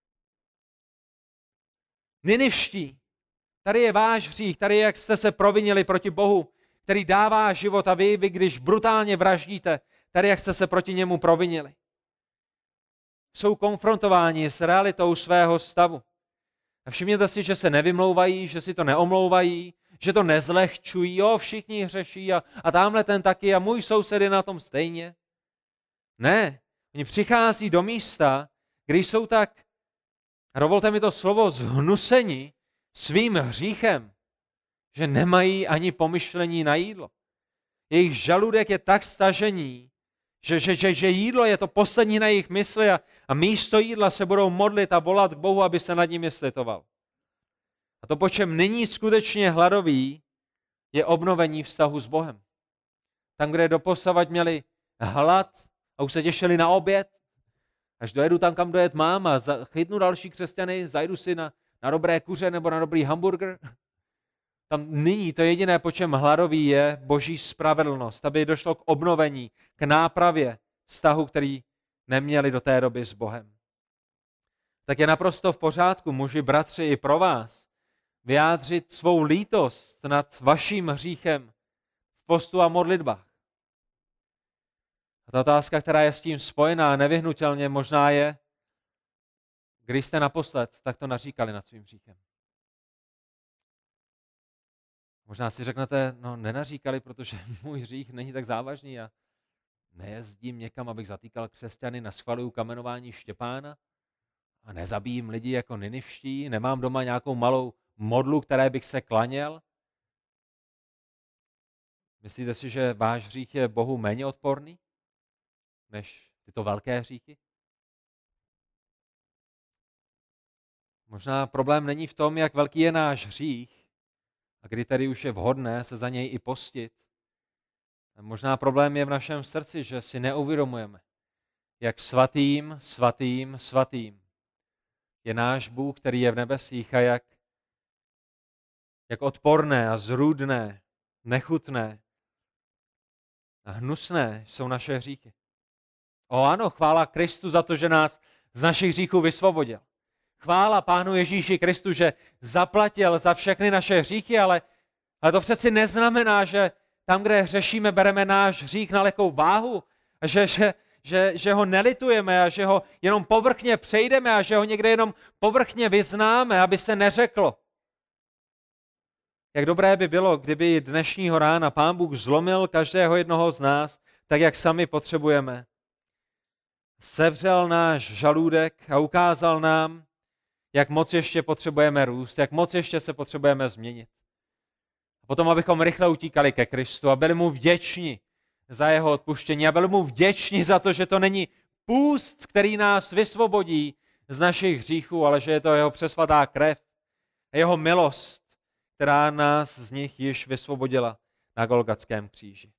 Ninivští, tady je váš hřích, tady je, jak jste se provinili proti Bohu, který dává život a vy když brutálně vraždíte, tady jak jste se proti němu provinili. Jsou konfrontováni s realitou svého stavu. A všimněte si, že se nevymlouvají, že si to neomlouvají, že to nezlehčují, jo, všichni hřeší a tamhle ten taky a můj soused je na tom stejně. Ne, oni přichází do místa, kde jsou tak, a dovolte mi to slovo, zhnuseni svým hříchem, že nemají ani pomyšlení na jídlo. Jejich žaludek je tak stažený, že jídlo je to poslední na jejich mysli a místo jídla se budou modlit a volat k Bohu, aby se nad nimi slitoval. A to, po čem není skutečně hladový, je obnovení vztahu s Bohem. Tam, kde doposavad měli hlad a už se těšili na oběd, až dojedu tam, kam dojet mám a chytnu další křesťany, zajdu si na dobré kuře nebo na dobrý hamburger. Tam nyní to jediné, po čem hladoví, je Boží spravedlnost, aby došlo k obnovení, k nápravě vztahu, který neměli do té doby s Bohem. Tak je naprosto v pořádku, muži, bratři, i pro vás, vyjádřit svou lítost nad vaším hříchem v postu a modlitbách. A ta otázka, která je s tím spojená nevyhnutelně, možná je, když jste naposled takto naříkali nad svým hříchem. Možná si řeknete, no nenaříkali, protože můj hřích není tak závažný a nejezdím někam, abych zatýkal křesťany, naschvaluju kamenování Štěpána a nezabijím lidi jako Ninivští, nemám doma nějakou malou modlu, které bych se klaněl. Myslíte si, že váš hřích je Bohu méně odporný než tyto velké hříchy? Možná problém není v tom, jak velký je náš hřích, a kdy tedy už je vhodné se za něj i postit. Možná problém je v našem srdci, že si neuvědomujeme, jak svatým je náš Bůh, který je v nebesích, a jak odporné a zrůdné, nechutné a hnusné jsou naše hříchy. O ano, chvála Kristu za to, že nás z našich hříchů vysvobodil. Chvála Pánu Ježíši Kristu, že zaplatil za všechny naše hříchy, ale to přeci neznamená, že tam, kde hřešíme, bereme náš hřích na lehkou váhu, a že ho nelitujeme a že ho jenom povrchně přejdeme a že ho někde jenom povrchně vyznáme, aby se neřeklo. Jak dobré by bylo, kdyby dnešního rána Pán Bůh zlomil každého jednoho z nás, tak jak sami potřebujeme. Sevřel náš žaludek a ukázal nám, jak moc ještě potřebujeme růst, jak moc ještě se potřebujeme změnit. A potom, abychom rychle utíkali ke Kristu a byli mu vděční za jeho odpuštění a byli mu vděční za to, že to není půst, který nás vysvobodí z našich hříchů, ale že je to jeho přesvatá krev a jeho milost, která nás z nich již vysvobodila na Golgatském kříži.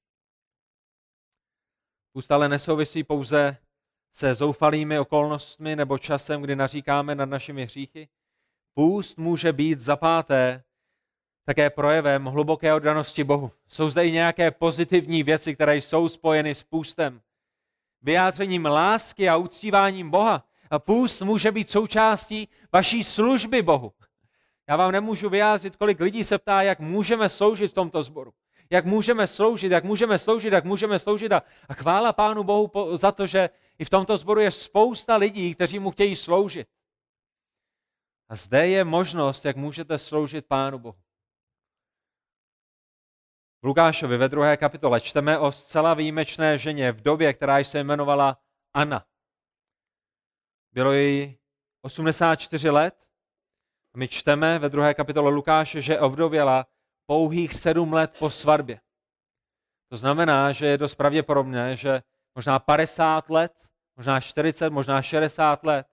Půst ale nesouvisí pouze se zoufalými okolnostmi nebo časem, kdy naříkáme nad našimi hříchy. Půst může být za páté také projevem hluboké oddanosti Bohu. Jsou zde i nějaké pozitivní věci, které jsou spojeny s půstem. Vyjádřením lásky a uctíváním Boha. A půst může být součástí vaší služby Bohu. Já vám nemůžu vyjádřit, kolik lidí se ptá, jak můžeme sloužit v tomto sboru. Jak můžeme sloužit. A chvála Pánu Bohu za to, že i v tomto sboru je spousta lidí, kteří mu chtějí sloužit. A zde je možnost, jak můžete sloužit Pánu Bohu. V Lukášovi ve 2. kapitole čteme o zcela výjimečné ženě, vdově, která se jmenovala Anna. Bylo jí 84 let. A my čteme ve 2. kapitole Lukáše, že ovdověla pouhých 7 let po svatbě. To znamená, že je dost pravděpodobné, že možná 50 let, možná 40, možná 60 let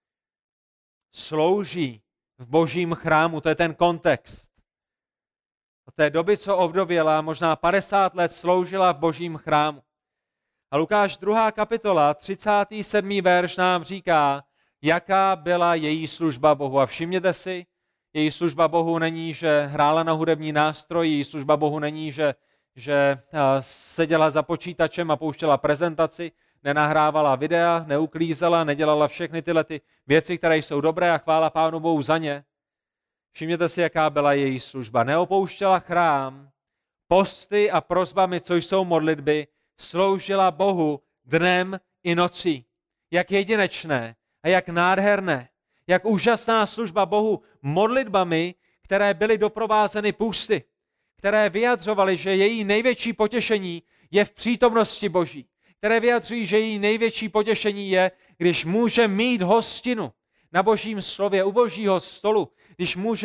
slouží v Božím chrámu. To je ten kontext. Od té doby, co ovdověla, možná 50 let sloužila v Božím chrámu. A Lukáš 2. kapitola, 37. verš nám říká, jaká byla její služba Bohu. A všimněte si, její služba Bohu není, že hrála na hudební nástroj, její služba Bohu není, že seděla za počítačem a pouštěla prezentaci, nenahrávala videa, neuklízela, nedělala všechny tyhle ty věci, které jsou dobré a chvála Pánu Bohu za ně. Všimněte si, jaká byla její služba. Neopouštěla chrám, posty a prosbami, co jsou modlitby, sloužila Bohu dnem i nocí. Jak jedinečné a jak nádherné, jak úžasná služba Bohu modlitbami, které byly doprovázeny půsty, které vyjadřovaly, že její největší potěšení je v přítomnosti Boží, které vyjadřují, že její největší potěšení je, když může mít hostinu na Božím slově, u Božího stolu, když může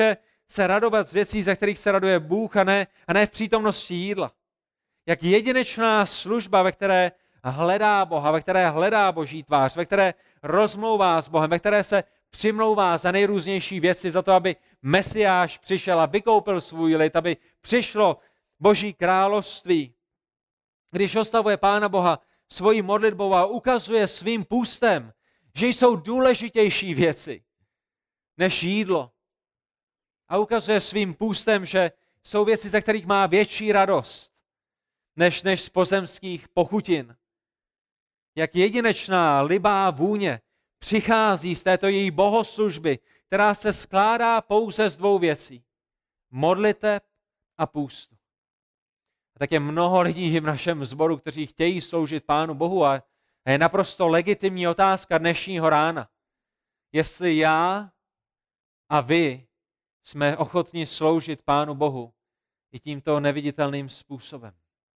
se radovat z věcí, ze kterých se raduje Bůh a ne v přítomnosti jídla. Jak jedinečná služba, ve které hledá Boha, ve které hledá Boží tvář, ve které rozmlouvá s Bohem, ve které se přimlouvá za nejrůznější věci, za to, aby Mesiáš přišel a vykoupil svůj lid, aby přišlo Boží království. Když oslavuje Pána Boha svojí modlitbou a ukazuje svým půstem, že jsou důležitější věci než jídlo. A ukazuje svým půstem, že jsou věci, ze kterých má větší radost, než z pozemských pochutin. Jak jedinečná libá vůně přichází z této její bohoslužby, která se skládá pouze z dvou věcí. Modliteb a půstu. A tak je mnoho lidí v našem sboru, kteří chtějí sloužit Pánu Bohu a je naprosto legitimní otázka dnešního rána. Jestli já a vy jsme ochotni sloužit Pánu Bohu i tímto neviditelným způsobem.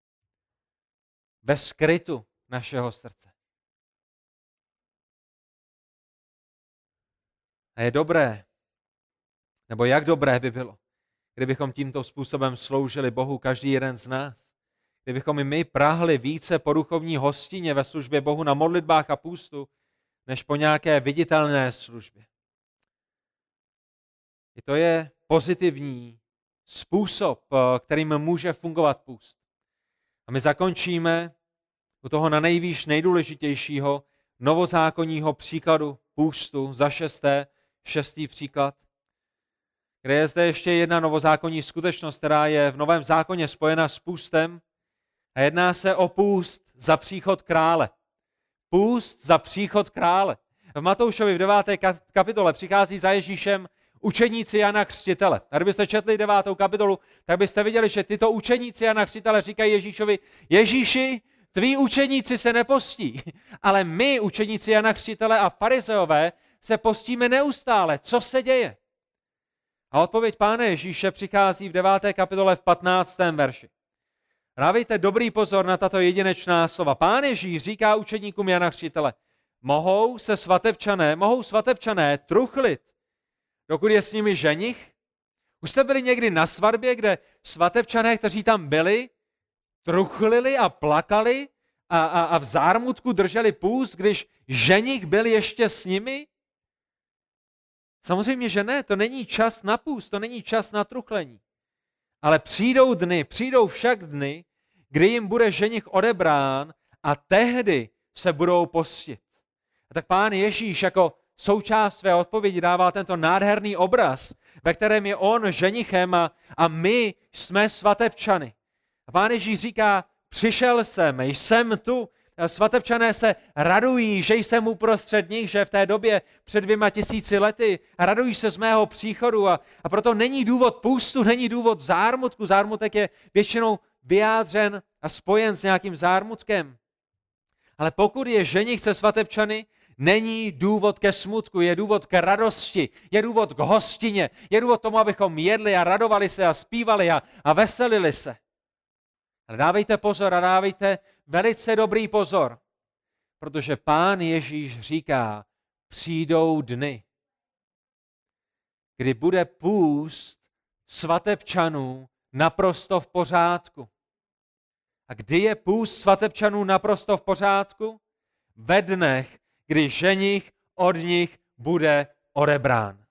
Ve skrytu našeho srdce. A je dobré, nebo jak dobré by bylo, kdybychom tímto způsobem sloužili Bohu každý jeden z nás. Kdybychom i my prahli více po duchovní hostině ve službě Bohu na modlitbách a půstu, než po nějaké viditelné službě. I to je pozitivní způsob, kterým může fungovat půst. A my zakončíme u toho na nejvýš nejdůležitějšího novozákonního příkladu půstu za šestý příklad, kde je zde ještě jedna novozákonní skutečnost, která je v Novém zákoně spojena s půstem a jedná se o půst za příchod krále. Půst za příchod krále. V Matoušovi v 9. kapitole přichází za Ježíšem učeníci Jana Křtitele. A kdybyste četli 9. kapitolu, tak byste viděli, že tyto učeníci Jana Křtitele říkají Ježíšovi: Ježíši, tví učeníci se nepostí, ale my, učeníci Jana Křtitele a farizeové, se postíme neustále. Co se děje? A odpověď Pána Ježíše přichází v 9. kapitole v 15. verši. Dávejte dobrý pozor na tato jedinečná slova. Pán Ježíš říká učeníkům Jana Křtitele: mohou svatebčané truchlit, dokud je s nimi ženich? Už jste byli někdy na svatbě, kde svatebčané, kteří tam byli, truchlili a plakali a v zármutku drželi půst, když ženich byl ještě s nimi? Samozřejmě, že ne, to není čas na půst, to není čas na truchlení. Ale přijdou však dny, kdy jim bude ženich odebrán a tehdy se budou postit. A tak Pán Ježíš jako součást své odpovědi dává tento nádherný obraz, ve kterém je on ženichem a my jsme svatebčany. A Pán Ježíš říká: přišel jsem tu. Svatebčané se radují, že jsem uprostřed nich, že v té době před 2000 lety radují se z mého příchodu a proto není důvod půstu, není důvod zármutku. Zármutek je většinou vyjádřen a spojen s nějakým zármutkem. Ale pokud je ženich se svatebčany, není důvod ke smutku, je důvod k radosti, je důvod k hostině, je důvod tomu, abychom jedli a radovali se a zpívali a veselili se. Ale dávejte pozor a dávejte velice dobrý pozor, protože Pán Ježíš říká: přijdou dny, kdy bude půst svatebčanů naprosto v pořádku. A kdy je půst svatebčanů naprosto v pořádku? Ve dnech, kdy ženich od nich bude odebrán.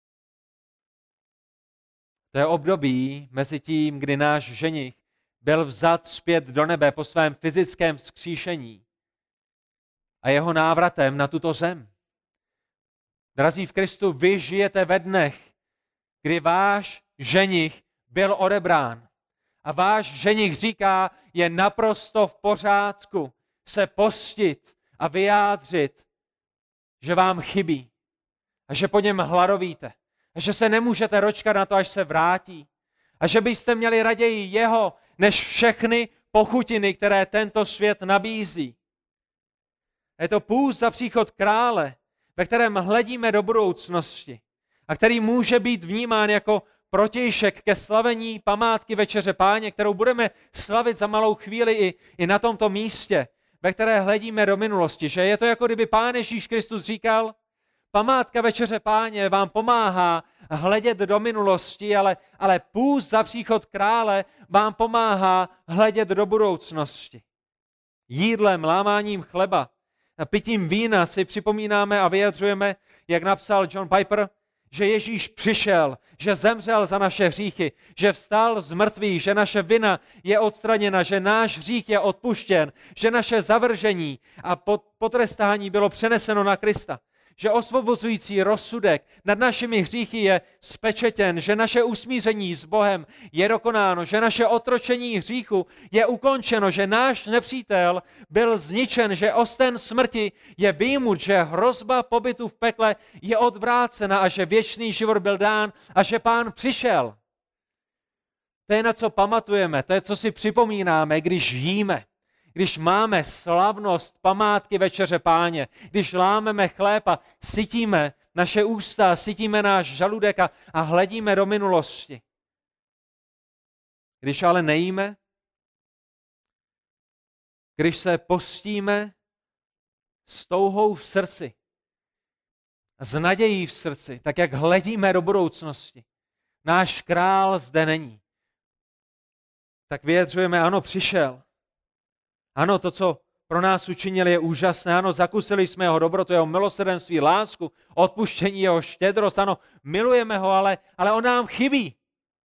To je období mezi tím, kdy náš ženich byl vzat zpět do nebe po svém fyzickém vzkříšení a jeho návratem na tuto zem. Drazí v Kristu, vy žijete ve dnech, kdy váš ženich byl odebrán. A váš ženich říká: je naprosto v pořádku se postit a vyjádřit, že vám chybí a že po něm hladovíte a že se nemůžete dočkat na to, až se vrátí a že byste měli raději jeho, než všechny pochutiny, které tento svět nabízí. Je to půst za příchod krále, ve kterém hledíme do budoucnosti a který může být vnímán jako protějšek ke slavení památky Večeře Páně, kterou budeme slavit za malou chvíli i na tomto místě, ve které hledíme do minulosti. Že je to, jako kdyby Pán Ježíš Kristus říkal: památka Večeře Páně vám pomáhá hledět do minulosti, ale půst za příchod krále vám pomáhá hledět do budoucnosti. Jídlem, lámáním chleba a pitím vína si připomínáme a vyjadřujeme, jak napsal John Piper, že Ježíš přišel, že zemřel za naše hříchy, že vstal z mrtvých, že naše vina je odstraněna, že náš hřích je odpuštěn, že naše zavržení a potrestání bylo přeneseno na Krista, že osvobozující rozsudek nad našimi hříchy je spečetěn, že naše usmíření s Bohem je dokonáno, že naše otročení hříchu je ukončeno, že náš nepřítel byl zničen, že osten smrti je vyjmut, že hrozba pobytu v pekle je odvrácena a že věčný život byl dán a že Pán přišel. To je, na co pamatujeme, to je, co si připomínáme, když jíme. Když máme slavnost památky Večeře Páně, když lámeme chléb a sytíme naše ústa, sytíme náš žaludek a hledíme do minulosti. Když ale nejíme, když se postíme s touhou v srdci, s nadějí v srdci, tak jak hledíme do budoucnosti, náš král zde není, tak vyjadřujeme, ano, přišel. Ano, to, co pro nás učinil, je úžasné. Ano, zakusili jsme jeho dobrotu, jeho milosrdenství, lásku, odpuštění, jeho štědrost. Ano, milujeme ho, ale on nám chybí.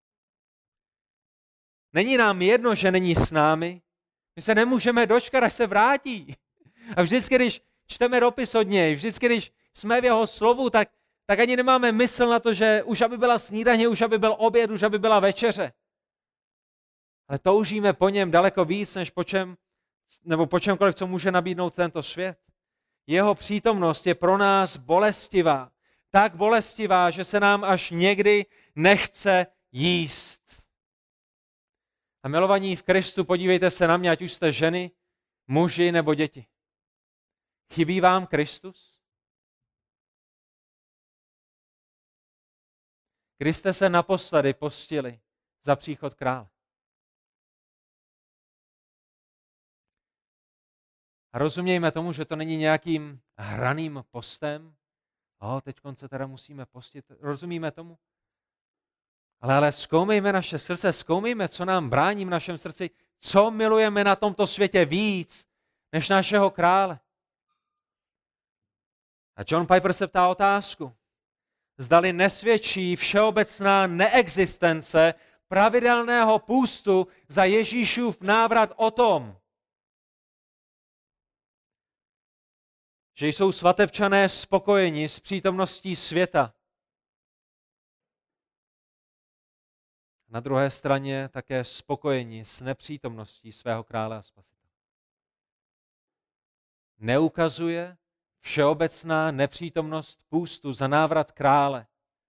Není nám jedno, že není s námi. My se nemůžeme dočkat, až se vrátí. A vždycky, když čteme dopis od něj, vždycky, když jsme v jeho slovu, tak ani nemáme mysl na to, že už aby byla snídaně, už aby byl oběd, už aby byla večeře. Ale toužíme po něm daleko víc, než po čemkoliv, co může nabídnout tento svět. Jeho přítomnost je pro nás bolestivá. Tak bolestivá, že se nám až někdy nechce jíst. A milovaní v Kristu, podívejte se na mě, ať už jste ženy, muži nebo děti. Chybí vám Kristus? Kdy jste se naposledy postili za příchod krále? A rozumějme tomu, že to není nějakým hraným postem. Teď se teda musíme postit. Rozumíme tomu? Ale zkoumejme naše srdce, zkoumejme, co nám brání v našem srdci, co milujeme na tomto světě víc, než našeho krále. A John Piper se ptá otázku. Zdali nesvědčí všeobecná neexistence pravidelného půstu za Ježíšův návrat o tom, že jsou svatebčané spokojeni s přítomností světa. Na druhé straně také spokojeni s nepřítomností svého krále a spasitele. Neukazuje všeobecná nepřítomnost půstu za návrat krále,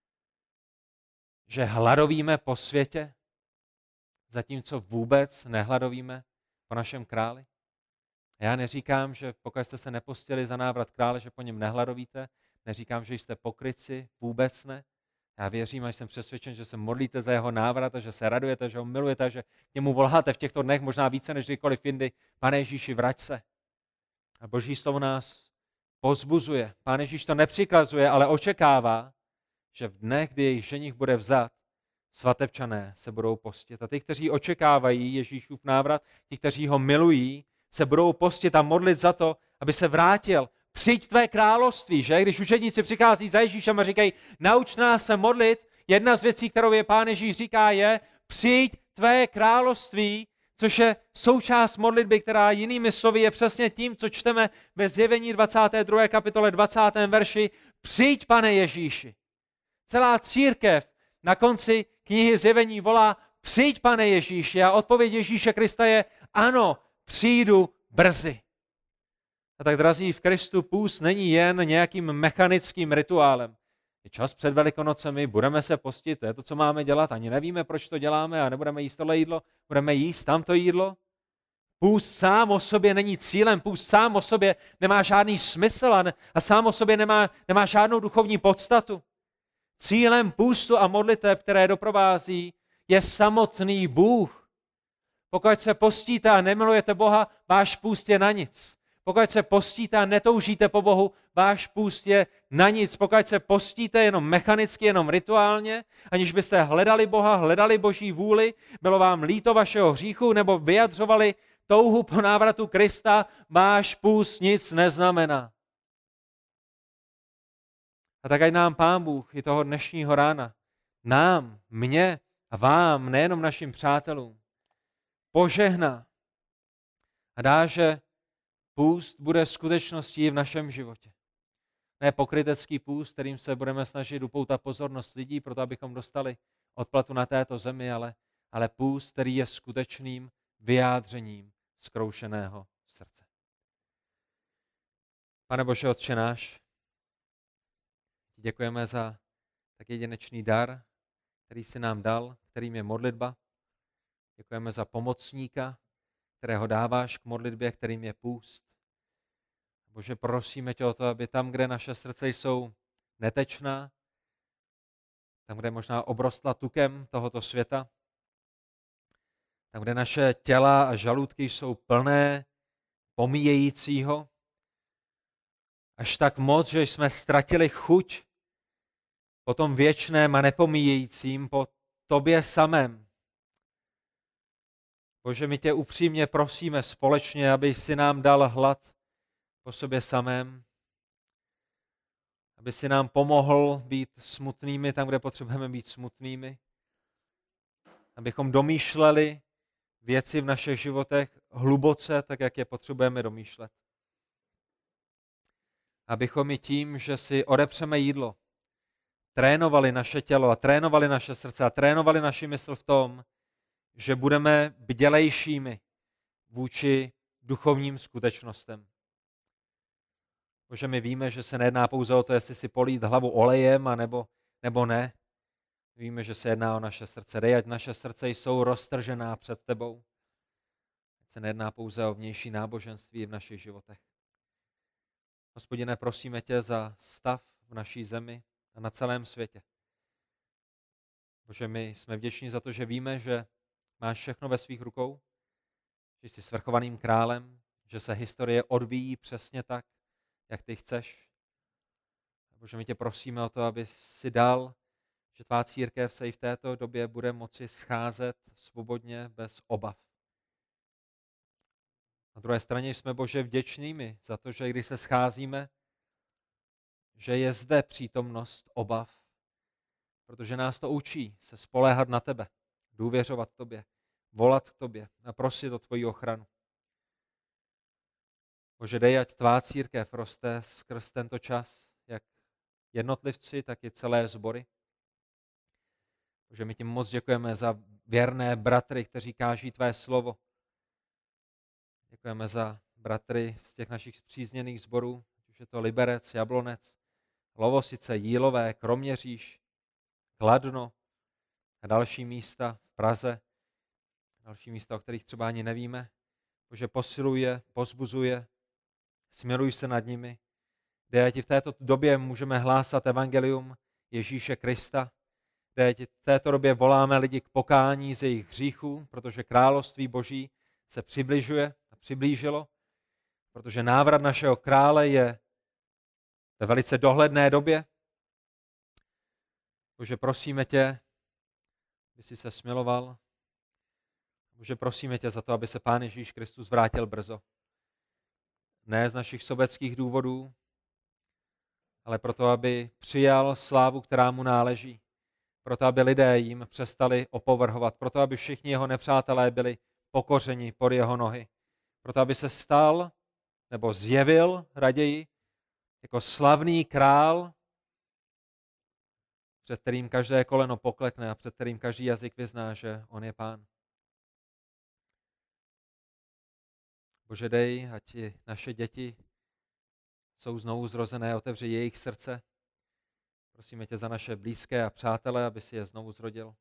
že hladovíme po světě, zatímco vůbec nehladovíme po našem králi? Já neříkám, že pokud jste se nepostili za návrat krále, že po něm nehladovíte, neříkám, že jste pokrytci, vůbec ne. Já věřím a jsem přesvědčen, že se modlíte za jeho návrat a že se radujete, že ho milujete, že k němu voláte v těchto dnech možná více než kdykoliv jindy. Pane Ježíši, vrať se. A Boží slovo nás pozbuzuje. Pán Ježíš to nepřikazuje, ale očekává, že v dnech, kdy jejich ženich bude vzat, svatebčané se budou postit. A ty, kteří očekávají Ježíšův návrat, ti, kteří ho milují, se budou postit a modlit za to, aby se vrátil. Přijď tvé království, že? Když učedníci přichází za Ježíšem a říkají, nauč nás se modlit, jedna z věcí, kterou je Pán Ježíš říká, je přijď tvé království, což je součást modlitby, která jinými slovy je přesně tím, co čteme ve Zjevení 22. kapitole 20. verši. Přijď, Pane Ježíši. Celá církev na konci knihy Zjevení volá, přijď, Pane Ježíši. A odpověď Ježíše Krista je, ano, přijdu brzy. A tak, drazí, v Kristu půst není jen nějakým mechanickým rituálem. Je čas před Velikonocemi, budeme se postit, to je to, co máme dělat, ani nevíme, proč to děláme a nebudeme jíst tohle jídlo, budeme jíst tamto jídlo. Půst sám o sobě není cílem, půst sám o sobě nemá žádný smysl a sám o sobě nemá žádnou duchovní podstatu. Cílem půstu a modliteb, které doprovází, je samotný Bůh. Pokud se postíte a nemilujete Boha, váš půst je na nic. Pokud se postíte a netoužíte po Bohu, váš půst je na nic. Pokud se postíte jenom mechanicky, jenom rituálně, aniž byste hledali Boha, hledali Boží vůli, bylo vám líto vašeho hříchu nebo vyjadřovali touhu po návratu Krista, váš půst nic neznamená. A tak ať nám Pán Bůh i toho dnešního rána, nám, mně a vám, nejenom našim přátelům, požehná a dá, že půst bude skutečností v našem životě. Ne pokrytecký půst, kterým se budeme snažit upoutat pozornost lidí, proto abychom dostali odplatu na této zemi, ale půst, který je skutečným vyjádřením zkroušeného srdce. Pane Bože, Otče náš, děkujeme za tak jedinečný dar, který jsi nám dal, kterým je modlitba. Děkujeme za pomocníka, kterého dáváš k modlitbě, kterým je půst. Bože, prosíme tě o to, aby tam, kde naše srdce jsou netečná, tam, kde možná obrostla tukem tohoto světa, tam, kde naše těla a žaludky jsou plné pomíjejícího, až tak moc, že jsme ztratili chuť po tom věčném a nepomíjejícím, po tobě samém. Bože, my tě upřímně prosíme společně, aby si nám dal hlad po sobě samém, aby si nám pomohl být smutnými tam, kde potřebujeme být smutnými, abychom domýšleli věci v našich životech hluboce, tak jak je potřebujeme domýšlet. Abychom i tím, že si odepřeme jídlo, trénovali naše tělo a trénovali naše srdce a trénovali naši mysl v tom, že budeme bdělejšími vůči duchovním skutečnostem. Bože, my víme, že se nejedná pouze o to, jestli si polít hlavu olejem, nebo ne. Víme, že se jedná o naše srdce. Dej, ať naše srdce jsou roztržená před tebou. Ať se nejedná pouze o vnější náboženství v našich životech. Hospodine, prosíme tě za stav v naší zemi a na celém světě. Bože, my jsme vděční za to, že víme, že máš všechno ve svých rukou, že jsi svrchovaným králem, že se historie odvíjí přesně tak, jak ty chceš. Bože, my tě prosíme o to, aby si dal, že tvá církev se i v této době bude moci scházet svobodně, bez obav. Na druhé straně jsme, Bože, vděčnými za to, že když se scházíme, že je zde přítomnost obav, protože nás to učí se spoléhat na tebe, důvěřovat tobě, volat k tobě a prosit o tvoji ochranu. Bože, dej, ať tvá církev roste skrz tento čas, jak jednotlivci, tak i celé sbory. Bože, my ti moc děkujeme za věrné bratry, kteří káží tvé slovo. Děkujeme za bratry z těch našich spřízněných sborů, už je to Liberec, Jablonec, Lovosice, Jílové, Kroměříž, Kladno a další místa v Praze, další místa, o kterých třeba ani nevíme. Bože, posiluje, pozbuzuje, smiluj se nad nimi, kde ti v této době můžeme hlásat evangelium Ježíše Krista, kde ti v této době voláme lidi k pokání z jejich hříchů, protože království Boží se přibližuje a přiblížilo, protože návrat našeho krále je ve velice dohledné době. Bože, prosíme tě, aby jsi se smiloval. Bože, prosíme tě za to, aby se Pán Ježíš Kristus vrátil brzo. Ne z našich sobeckých důvodů, ale proto, aby přijal slávu, která mu náleží. Proto, aby lidé jim přestali opovrhovat. Proto, aby všichni jeho nepřátelé byli pokořeni pod jeho nohy. Proto, aby se stal, nebo zjevil raději, jako slavný král, před kterým každé koleno poklekne a před kterým každý jazyk vyzná, že on je Pán. Bože, dej, ať i naše děti jsou znovu zrozené, otevři jejich srdce. Prosíme tě za naše blízké a přátele, aby si je znovu zrodil.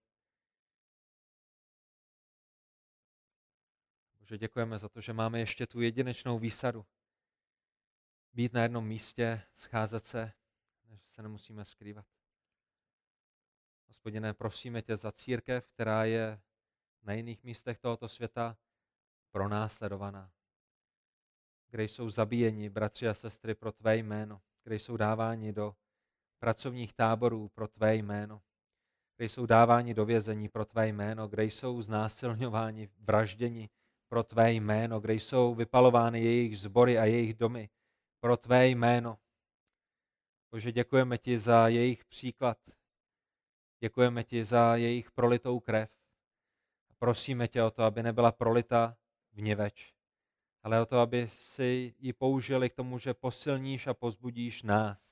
Bože, děkujeme za to, že máme ještě tu jedinečnou výsadu. Být na jednom místě, scházet se, že se nemusíme skrývat. Hospodine, prosíme tě za církev, která je na jiných místech tohoto světa pronásledovaná. kde jsou zabíjeni bratři a sestry pro tvé jméno, kde jsou dáváni do pracovních táborů pro tvé jméno, kde jsou dáváni do vězení pro tvé jméno, kde jsou znásilňováni, vražděni pro tvé jméno, kde jsou vypalovány jejich sbory a jejich domy pro tvé jméno. Bože, děkujeme ti za jejich příklad, děkujeme ti za jejich prolitou krev. Prosíme tě o to, aby nebyla prolita vniveč, ale o to, aby si ji použili k tomu, že posilníš a pozbudíš nás.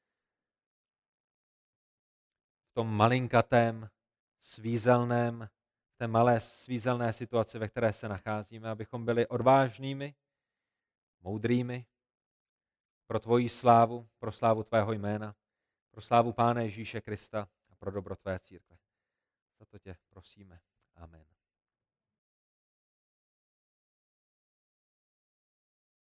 V tom malinkatém, svízelném, v té malé svízelné situaci, ve které se nacházíme, abychom byli odvážnými, moudrými pro tvoji slávu, pro slávu tvého jména, pro slávu Pána Ježíše Krista a pro dobro tvé církve. Za to tě prosíme. Amen.